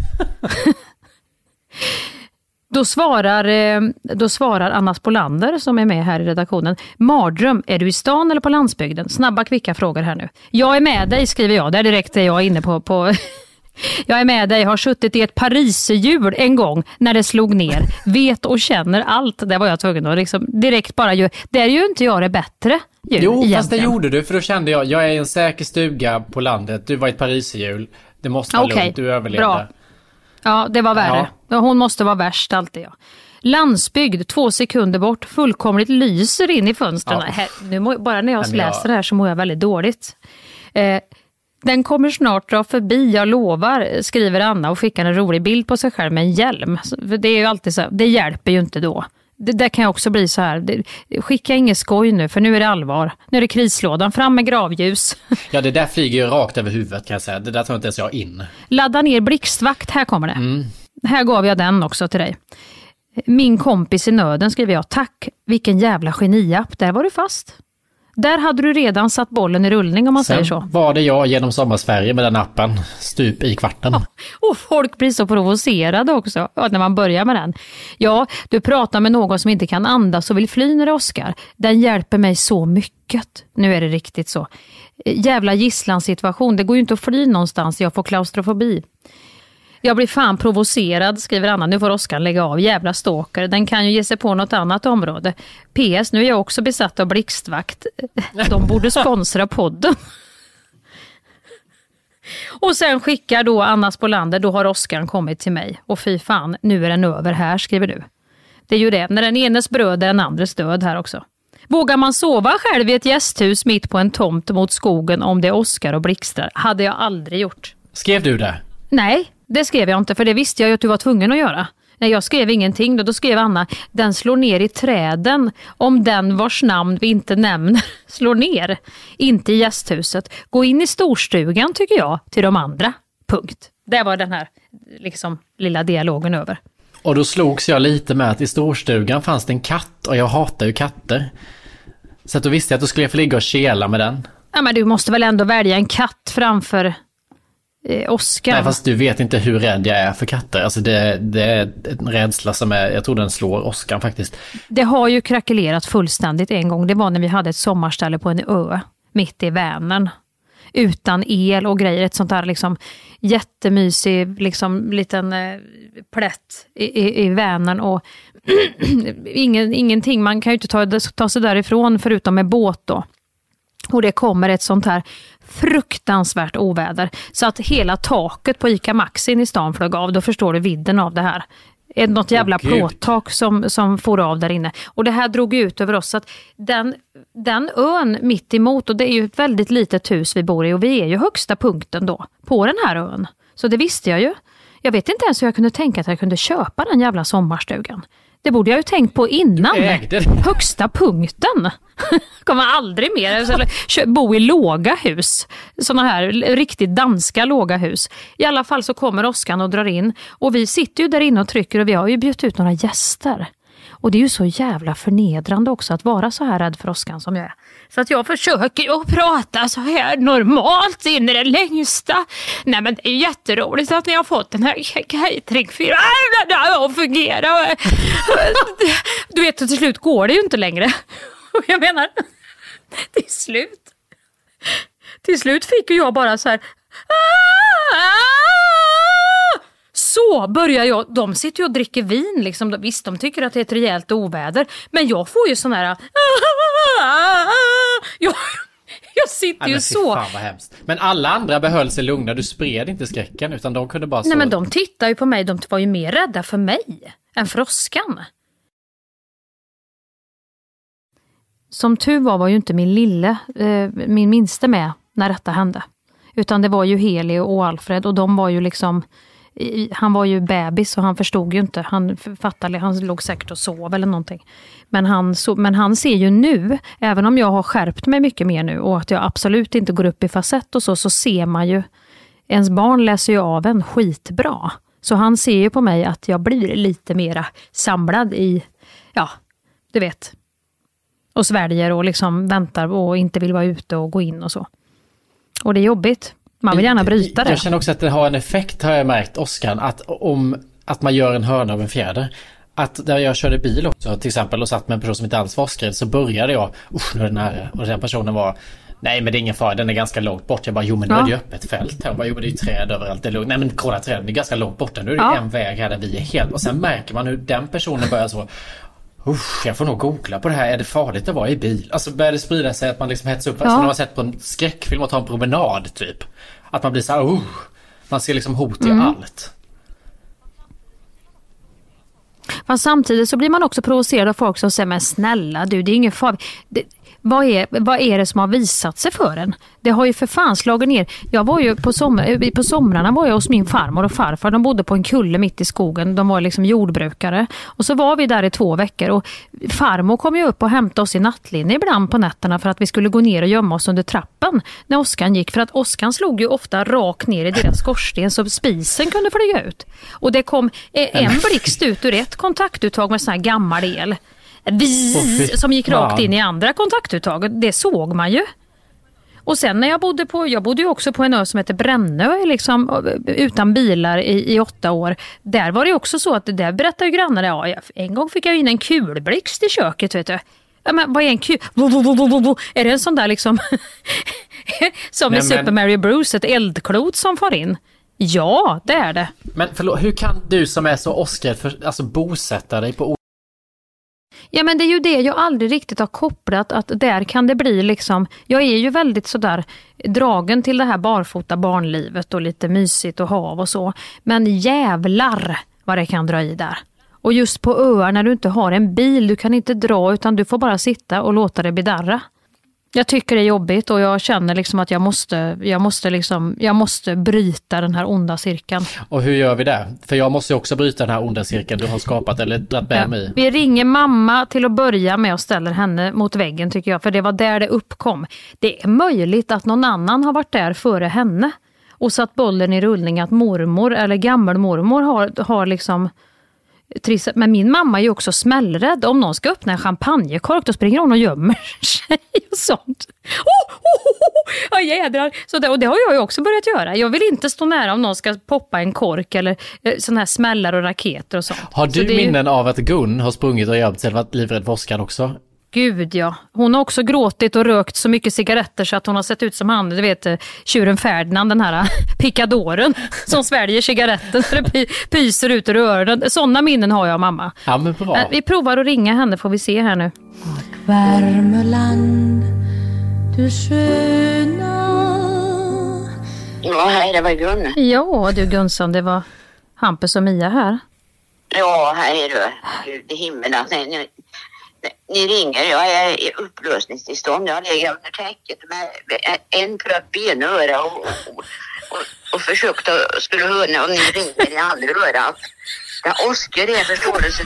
Då svarar, då svarar Anna Spolander som är med här i redaktionen. Mardröm, är du i stan eller på landsbygden? Snabba kvicka frågor här nu. Jag är med dig, skriver jag. Där direkt är jag inne på... på jag är med dig, har suttit i ett pariserhjul en gång när det slog ner. Vet och känner allt. Det var jag tvungen att liksom direkt bara ju. Där är ju inte jag det bättre. Ju, jo, egentligen. Fast det gjorde du, för då kände jag, jag är i en säker stuga på landet. Du var i ett pariserhjul. Det måste vara okay, lugnt, du överlevde. Bra. Ja, det var värre. Ja. Hon måste vara värst, alltid. Ja. Landsbygd, två sekunder bort, fullkomligt lyser in i fönstren. Ja. Här, nu må, bara när jag Nej, läser jag... det här så mår jag väldigt dåligt. Eh, den kommer snart dra förbi, jag lovar, skriver Anna och skickar en rolig bild på sig själv med en hjälm. För det är ju alltid så, det hjälper ju inte då. Det där kan jag också bli så här. Det, skicka ingen skoj nu, för nu är det allvar. Nu är det krislådan, fram med gravljus. Ja, det där flyger ju rakt över huvudet kan jag säga. Det där tar inte ens jag in. Ladda ner blixtvakt, här kommer det. Mm. Här gav jag den också till dig. Min kompis i nöden, skriver jag. Tack, vilken jävla geniapp. Där var du fast. Där hade du redan satt bollen i rullning, om man Sen säger så. var det jag genom Sommarsverige med den appen, stup i kvarten. Ja, och folk blir så provocerade också när man börjar med den. Ja, du pratar med någon som inte kan andas och vill fly när det åskar. Den hjälper mig så mycket. Nu är det riktigt så. Jävla gisslansituation, det går ju inte att fly någonstans, jag får klaustrofobi. Jag blir fan provocerad, skriver Anna. Nu får Oskar lägga av, jävla stalker. Den kan ju ge sig på något annat område. P S, nu är jag också besatt av blixtvakt. De borde sponsra podden. Och sen skickar då Anna Spolander, då har Oskar kommit till mig. Och fy fan, nu är den över här, skriver du. Det är ju det, när den enes bröd är den andres död här också. Vågar man sova själv i ett gästhus mitt på en tomt mot skogen om det är Oskar och blixtrar? Hade jag aldrig gjort. Skrev du det? Nej, det skrev jag inte, för det visste jag ju att du var tvungen att göra. Nej, jag skrev ingenting då, då skrev Anna, den slår ner i träden om den vars namn vi inte nämner slår ner. Inte i gästhuset. Gå in i storstugan tycker jag till de andra. Punkt. Det var den här liksom lilla dialogen över. Och då slogs jag lite med att i storstugan fanns det en katt och jag hatar ju katter. Så att då visste jag att då skulle jag få ligga och kela med den. Ja, men du måste väl ändå välja en katt framför eh, Oskar. Nej, fast du vet inte hur rädd jag är för katter. Alltså det, det är en rädsla som är, jag tror den slår Oskar faktiskt. Det har ju krackelerat fullständigt en gång. Det var när vi hade ett sommarställe på en ö mitt i Vänern. Utan el och grejer. Ett sånt där liksom jättemysig liksom liten eh, plätt i, i, i Vänern. Och ingen, ingenting. Man kan ju inte ta, ta sig därifrån förutom med båt då. Och det kommer ett sånt här fruktansvärt oväder. Så att hela taket på Ica Maxi i stan flög av. Då förstår du vidden av det här. Något jävla oh, plåttak som, som får av där inne. Och det här drog ut över oss. Så att den, den ön mitt emot, och det är ju ett väldigt litet hus vi bor i. Och vi är ju högsta punkten då på den här ön. Så det visste jag ju. Jag vet inte ens hur jag kunde tänka att jag kunde köpa den jävla sommarstugan. Det borde jag ju tänkt på innan. Högsta punkten. Kommer aldrig mer bo i låga hus. Såna här riktigt danska låga hus. I alla fall så kommer Oskar och drar in. Och vi sitter ju där inne och trycker och vi har ju bjudit ut några gäster. Och det är ju så jävla förnedrande också att vara så här rädd för Oskar som jag är. Så att jag försöker ju att prata så här normalt in i det längsta. Nej, men det är jätteroligt att ni har fått den här cateringfirman att fungera. Du vet, till slut går det ju inte längre. Jag menar, till slut. Till slut fick ju jag bara så här... Så börjar jag, de sitter ju och dricker vin liksom, visst de tycker att det är ett rejält oväder, men jag får ju sån här jag, jag sitter ju så. Fan vad hemskt. Men alla andra behöll sig lugna, du spred inte skräcken utan de kunde bara så. Nej, men de tittar ju på mig, de var ju mer rädda för mig än för Oskan. Som tur var var ju inte min lille, eh, min minste med när detta hände, utan det var ju Heli och Alfred och de var ju liksom, han var ju bebis och han förstod ju inte. Han fattade, han låg säkert och sov eller någonting. Men han, så, men han ser ju nu, även om jag har skärpt mig mycket mer nu och att jag absolut inte går upp i facett och så, så ser man ju, ens barn läser ju av en skitbra. Så han ser ju på mig att jag blir lite mera samlad i, ja, du vet, och sväljer och liksom väntar och inte vill vara ute och gå in och så. Och det är jobbigt. Man vill gärna bryta det. Jag känner också att det har en effekt, har jag märkt, Oskar, att om att man gör en hörna av en fjäder. Att där jag körde bil också till exempel och satt med en person som inte alls var skrädd, så började jag, usch nu är det nära. Och den personen var, nej men det är ingen fara, den är ganska långt bort. Jag bara, jo men nu ja. är det ju öppet fält här. Jag bara, jo men det är ju träd överallt, det är lugnt. Nej men kolla träden, det är ganska långt borta. Nu är det ja. en väg här där vi är helt. Och sen märker man hur den personen börjar så, usch, jag får nog googla på det här. Är det farligt att vara i bil? Alltså börjar det sprida sig att man liksom hetsar upp. Ja. Alltså man har sett på en skräckfilm och ta en promenad typ. Att man blir så här, uh, man ser liksom hot i mm. allt. Fast samtidigt så blir man också provocerad av folk som säger, men snälla du, det är ingen far. Det, vad, är, vad är det som har visat sig för en? Det har ju för fan slagit ner. Jag var ju på, sommar, på somrarna var jag hos min farmor och farfar. De bodde på en kulle mitt i skogen. De var liksom jordbrukare. Och så var vi där i två veckor. Och farmor kom ju upp och hämtade oss i nattlinjen ibland på nätterna för att vi skulle gå ner och gömma oss under trappen när Oskan gick. För att Oskan slog ju ofta rakt ner i deras skorsten så spisen kunde flyga ut. Och det kom en blixt ut ur ett kontaktuttag med sån här gammal el. Vis, som gick rakt in i andra kontaktuttaget. Det såg man ju. Och sen när jag bodde på, jag bodde ju också på en ö som heter Brännö liksom, utan bilar i, i åtta år. Där var det också så att där berättade ju grannar, ja, en gång fick jag in en kulblixt i köket, vet du. Ja, men vad är en kul? Är det en sån där liksom som i Super Mario Bros, ett eldklot som far in? Ja, det är det. Men förlåt, hur kan du som är så Oscar för, alltså bosätta dig på... Ja, men det är ju det jag aldrig riktigt har kopplat, att där kan det bli liksom, jag är ju väldigt sådär dragen till det här barfota barnlivet och lite mysigt och hav och så, men jävlar vad det kan dra i där. Och just på öar när du inte har en bil, du kan inte dra utan du får bara sitta och låta det bedarra. Jag tycker det är jobbigt och jag känner liksom att jag måste, jag måste liksom, jag måste bryta den här onda cirkeln. Och hur gör vi det? För jag måste ju också bryta den här onda cirkeln du har skapat eller dratt med ja. mig. Vi ringer mamma till att börja med och ställer henne mot väggen tycker jag. För det var där det uppkom. Det är möjligt att någon annan har varit där före henne och satt bollen i rullning att mormor eller gammelmormor har, har liksom... Men min mamma är ju också smällrädd. Om någon ska öppna en champagnekork då springer hon och gömmer sig och sånt. Oh, oh, oh, oh, jädrar. Så det, och det har jag ju också börjat göra. Jag vill inte stå nära om någon ska poppa en kork eller eh, sån här smällar och raketer och sånt. Har du så minnen är... av att Gun har sprungit och gömt sig varit livrädd för Oscar också? Gud ja. Hon har också gråtit och rökt så mycket cigaretter så att hon har sett ut som han, du vet, tjuren Ferdinand, den här pickadoren som sväljer cigaretten så det pyser ut ur öronen. Sådana minnen har jag, mamma. Ja, men bra. Vi provar att ringa henne, får vi se här nu. Värmeland, du sköna. Ja, hej, det var Gun. Ja, du Gunsson, det var Hampus och Mia här. Ja, hej du. Gud i himmelen. Ni, ni ringer, jag är i upplösningstillstånd. Jag ligger under täcket med en plöpp i en öra och, och, och, och försökte skulle höra om ni ringer i andra örat. Ja, Oskar är förståelse.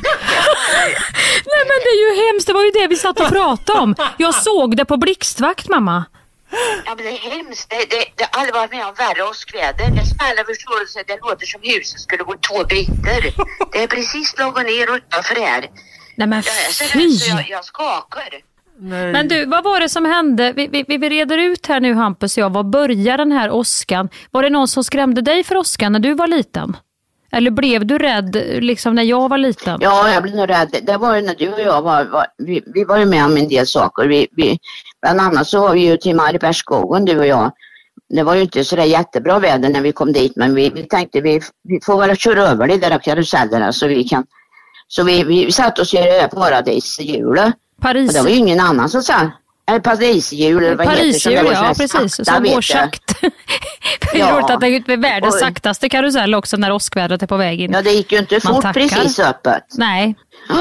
Nej, men det är ju hemskt. Det var ju det vi satt och pratade om. Jag såg det på blixtvakt, mamma. Ja, men det är hemskt. Det, det, det har aldrig varit med om värre åskväder. Det smäller förståelse. Det låter som huset skulle gå två bitar. Det är precis lagom ner utanför här. Nej, men fy! Jag, jag, jag skakar. Nej. Men du, vad var det som hände? Vi, vi, vi reder ut här nu, Hampus och jag. Vad började den här åskan? Var det någon som skrämde dig för åskan när du var liten? Eller blev du rädd liksom när jag var liten? Ja, jag blev nog rädd. Det var ju när du och jag var, var vi, vi var ju med om en del saker. Vi, vi, bland annat så var vi ju till Mariebergsskogen, du och jag. Det var ju inte så där jättebra väder när vi kom dit, men vi, vi tänkte vi, vi får väl köra över de där karusellerna så vi kan. Så vi, vi satt oss i paradishjulet. Paris. Och det var ju ingen annan som sa. Eller Parisjul eller vad Parisjul, heter det? ja precis. Som går sakt. Det är roligt att det är världens saktaste karusell också när åskvädret är på väg in. Ja, det gick ju inte Man fort tackar. precis öppet. Nej.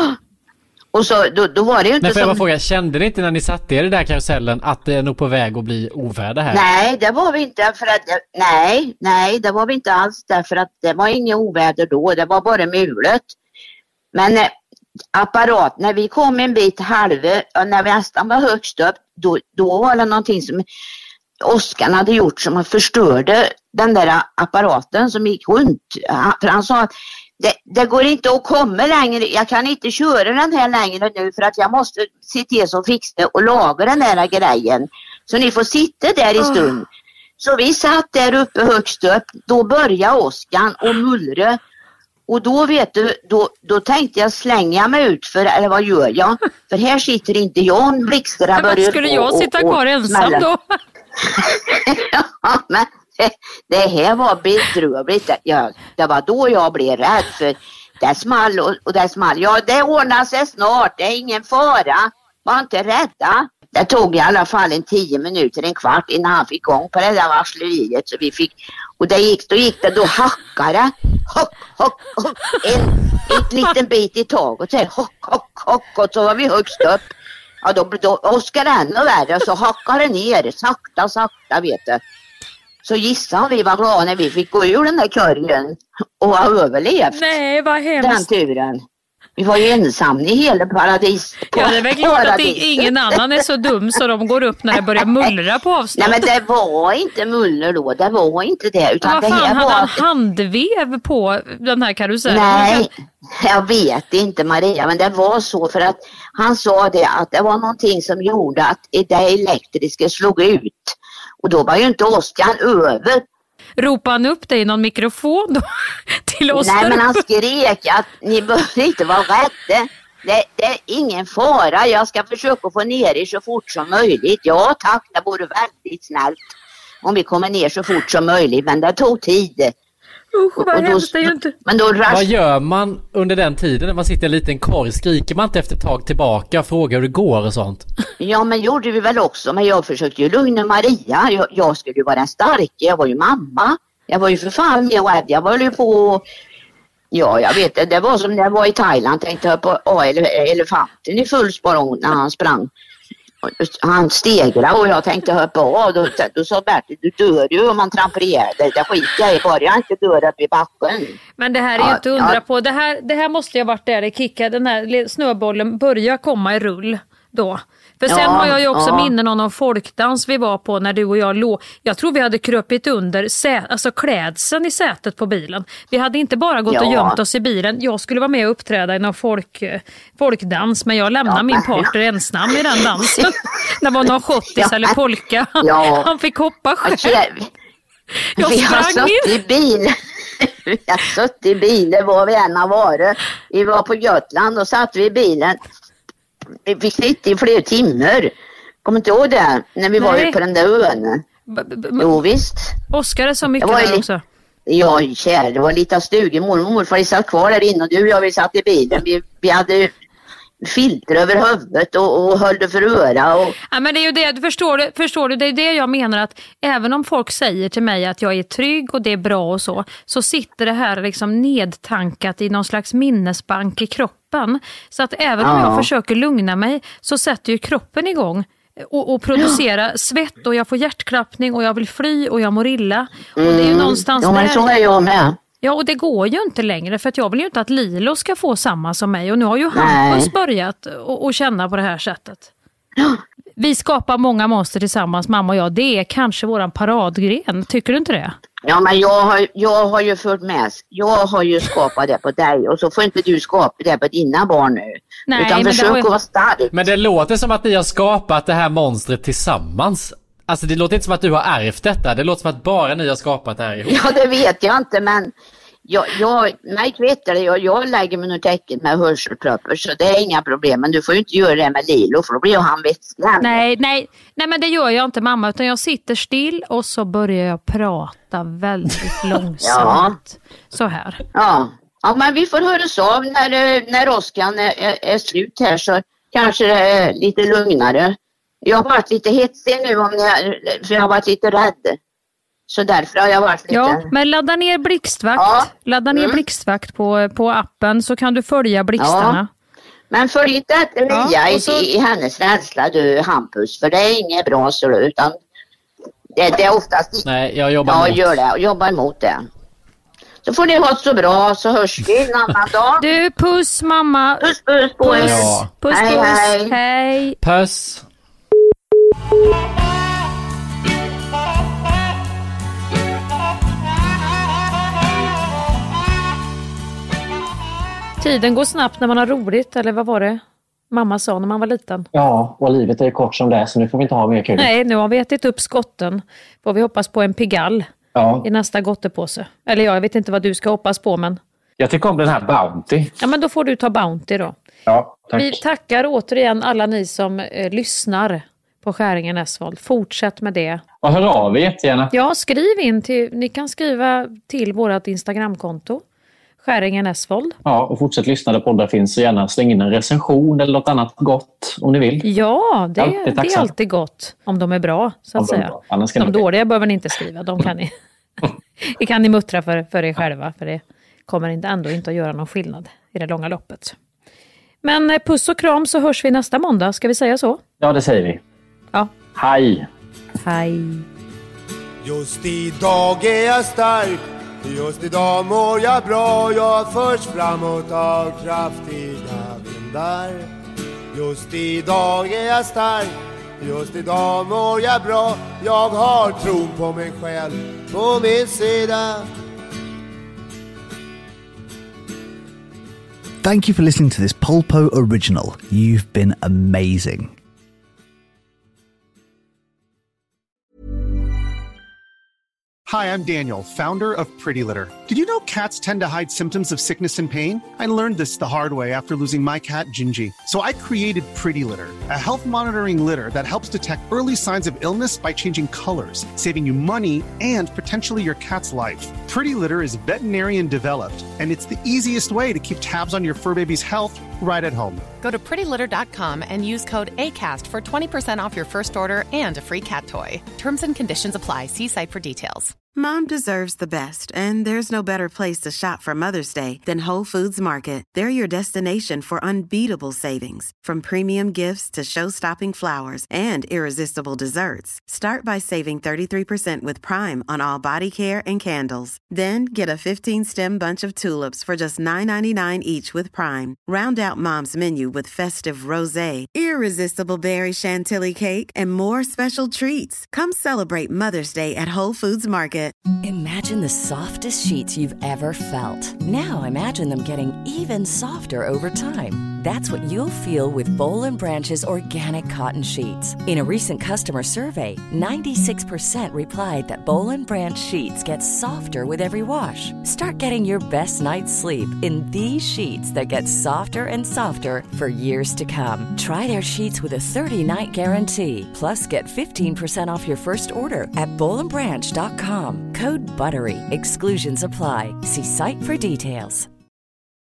Och så, då, då var det ju inte Men får jag bara som... fråga, kände ni inte när ni satte er i den där karusellen att det är nog på väg att bli oväder här? Nej, det var vi inte för att... Nej, nej, det var vi inte alls därför att det var inget oväder då. Det var bara mulet. Men eh, apparat, när vi kom en bit halve och när vi nästan var högst upp, då, då var det någonting som Oskar hade gjort som förstörde den där apparaten som gick runt. För han sa att det, det går inte att komma längre, jag kan inte köra den här längre nu för att jag måste se till så fixa och laga den här grejen. Så ni får sitta där i stund. Oh. Så vi satt där uppe högst upp, då började Oskar och mullra. Och då vet du, då, då tänkte jag slänga mig ut för, eller vad gör jag? För här sitter inte Jan Blixtra. Men skulle jag och, sitta och, kvar och ensam då? Ja, men det, det här var bedrövligt. Ja, det var då jag blev rädd för det small och, och det small. Ja, det ordnar sig snart, det är ingen fara. Var inte rädda. Det tog i alla fall en tio minuter, en kvart innan han fick igång på det där varsleriet. Så vi fick, och det gick, då gick det, då hackade hock, hock, hock. En, en liten bit i taget. Så här, hock, hock, hock. Och så var vi högst upp. Ja, då, då Oskar ännu värre. Så hockade det ner. Sakta, sakta, vet du. Så gissar vi var glada när vi fick gå ur den där körgen. Och ha överlevt. Nej, vad hemskt. Den turen. Vi var ju ensamma i hela paradis. Ja, det är väl klart att ingen annan är så dum så de går upp när det börjar mullra på avstånd. Nej, men det var inte muller då. Det var inte det. Utan vad det fan, här hade var... han handvev på den här karusellen? Nej, jag vet inte Maria. Men det var så för att han sa det att det var någonting som gjorde att det elektriska slog ut. Och då var ju inte Oskar över. Ropade han upp dig i någon mikrofon då? Till oss? Nej, men han skrek att ni behöver inte vara rädda. Det, det är ingen fara. Jag ska försöka få ner er så fort som möjligt. Ja tack, det vore väldigt snällt om vi kommer ner så fort som möjligt. Men det tog tid. Usch, vad hemskt, det är ju inte... Men då rast... Vad gör man under den tiden när man sitter i en liten korg? Skriker man inte efter ett tag tillbaka? Frågar hur det går och sånt? Ja, men gjorde vi väl också. Men jag försökte ju lugna Maria. Jag, jag skulle ju vara den starka. Jag var ju mamma. Jag var ju för fan med rädd. Jag var ju på... Ja, jag vet det. Det var som när jag var i Thailand. Tänkte jag på oh, elefanten i full språng när han sprang. Han stegrade och jag tänkte hoppa av. Då, då sa Bertil, du dör ju om man trampar ihjäl dig. Det skiter jag i, bara jag inte dör upp i backen. Men det här är ju ja, inte undra ja. på. Det här, det här måste ju ha varit där det kickade. Den här snöbollen börjar komma i rull då. För sen ja, har jag ju också ja. minnen om någon folkdans vi var på när du och jag låg. Jag tror vi hade krupit under sä- alltså klädseln i sätet på bilen. Vi hade inte bara gått ja. och gömt oss i bilen. Jag skulle vara med och uppträda i någon folk, folkdans. Men jag lämnade ja. min partner ensam i den dansen. Det var någon schottis ja. eller polka. Ja. Han fick hoppa själv. Okay. Jag vi har suttit i bil. Vi har suttit i bilen var vi än har varit. Vi var på Götland och satt vi i bilen. Vi fick sitta i flera timmar. Kommer inte ihåg det? När vi Nej. var på den där ön. B- b- jo visst. Oskar är så mycket där li- också. Ja, kär. Det var lite av stugan. Mormor och morfar satt kvar där inne. Och du och jag vi satt i bilen. Vi, vi hade filter över huvudet och, och höll det för öra. Och... Ja, men det är ju det. Du förstår, du, förstår du? Det är det jag menar att även om folk säger till mig att jag är trygg och det är bra och så. Så sitter det här liksom nedtankat i någon slags minnesbank i kroppen. Så att även om ja. jag försöker lugna mig så sätter ju kroppen igång och, och producera ja. svett och jag får hjärtklappning och jag vill fly och jag mår illa. Mm. Och det är ju någonstans ja, men så är jag med. Ja, och det går ju inte längre för att jag vill ju inte att Lilo ska få samma som mig. Och nu har ju Hampus börjat och, och känna på det här sättet. Ja. Vi skapar många monster tillsammans, mamma och jag. Det är kanske våran paradgren. Tycker du inte det? Ja, men jag har, jag har ju fört med. Jag har ju skapat det på dig. Och så får inte du skapa det på dina barn nu. Nej, utan försök ju... att vara stark. Men det låter som att ni har skapat det här monstret tillsammans. Alltså det låter inte som att du har ärvt detta. Det låter som att bara ni har skapat det här ihop. Ja, det vet jag inte, men jag, jag, mig kvittar det. Jag, jag lägger mig nu täcket med hörselproppar så det är inga problem. Men du får ju inte göra det med Lilo för då blir han vätskad. Nej, nej, nej, men det gör jag inte, mamma. Utan jag sitter still och så börjar jag prata väldigt långsamt. Ja. Så här. Ja. Ja, men vi får höras av när, när Oskar är, är, är slut här så kanske det är lite lugnare. Jag har varit lite hetsig nu om jag, för jag har varit lite rädd. Så därför har jag varit lite... Ja, men ladda ner Blixtvakt. Ja. Ladda ner mm. Blixtvakt på, på appen så kan du följa blixtarna. Ja. Men följ inte Mia ja, i, så... i hennes rädsla du Hampus. För det är inget bra så utan det, det är oftast... Nej, jag jobbar ja, emot. gör det. Jobbar emot det. Så får ni ha det så bra så hörs vi en annan dag. Du, puss mamma. Puss, puss på puss. Ja. Puss, hej, puss. Hej. Hej. Puss. Tiden går snabbt när man har roligt, eller vad var det mamma sa när man var liten? Ja, och livet är kort som det är så nu får vi inte ha mer kul. Nej, nu har vi ätit upp skotten. Får vi hoppas på en pigall ja. i nästa gottepåse. Eller ja, jag vet inte vad du ska hoppas på, men... Jag tycker om den här Bounty. Ja, men då får du ta Bounty då. Ja, tack. Vi tackar återigen alla ni som eh, lyssnar på Skäringen Esvold. Fortsätt med det. Och hör av er jättegärna. Ja, skriv in till... Ni kan skriva till vårt Instagramkonto. Skäringen Esvold. Ja, och fortsätt lyssna där poddar finns så gärna släng in en recension eller något annat gott om ni vill. Ja, det, ja, det, är, det är alltid gott om de är bra så att om säga. De, de dåliga behöver ni inte skriva, de kan ni, det kan ni muttra för, för er själva för det kommer inte ändå inte att göra någon skillnad i det långa loppet. Men puss och kram, så hörs vi nästa måndag. Ska vi säga så? Ja, det säger vi. Ja. Hej! Hej! Just idag är jag stark, just idag mår jag bra. Jag förs framåt av kraftiga vindar. Just idag är jag stark, just idag mår jag bra. Jag har tron på mig själv på min sida. Thank you for listening to this Polpo original. You've been amazing. Hi, I'm Daniel, founder of Pretty Litter. Did you know cats tend to hide symptoms of sickness and pain? I learned this the hard way after losing my cat, Gingy. So I created Pretty Litter, a health monitoring litter that helps detect early signs of illness by changing colors, saving you money and potentially your cat's life. Pretty Litter is veterinarian developed, and it's the easiest way to keep tabs on your fur baby's health right at home. Go to pretty litter dot com and use code ACAST for twenty percent off your first order and a free cat toy. Terms and conditions apply. See site for details. Mom deserves the best, and there's no better place to shop for Mother's Day than Whole Foods Market. They're your destination for unbeatable savings, from premium gifts to show-stopping flowers and irresistible desserts. Start by saving thirty-three percent with Prime on all body care and candles. Then get a fifteen-stem bunch of tulips for just nine ninety-nine each with Prime. Round out Mom's menu with festive rosé, irresistible berry chantilly cake, and more special treats. Come celebrate Mother's Day at Whole Foods Market. Imagine the softest sheets you've ever felt. Now imagine them getting even softer over time. That's what you'll feel with Boll and Branch's organic cotton sheets. In a recent customer survey, ninety-six percent replied that Boll and Branch sheets get softer with every wash. Start getting your best night's sleep in these sheets that get softer and softer for years to come. Try their sheets with a thirty-night guarantee. Plus, get fifteen percent off your first order at boll and branch dot com. Code BUTTERY. Exclusions apply. See site for details.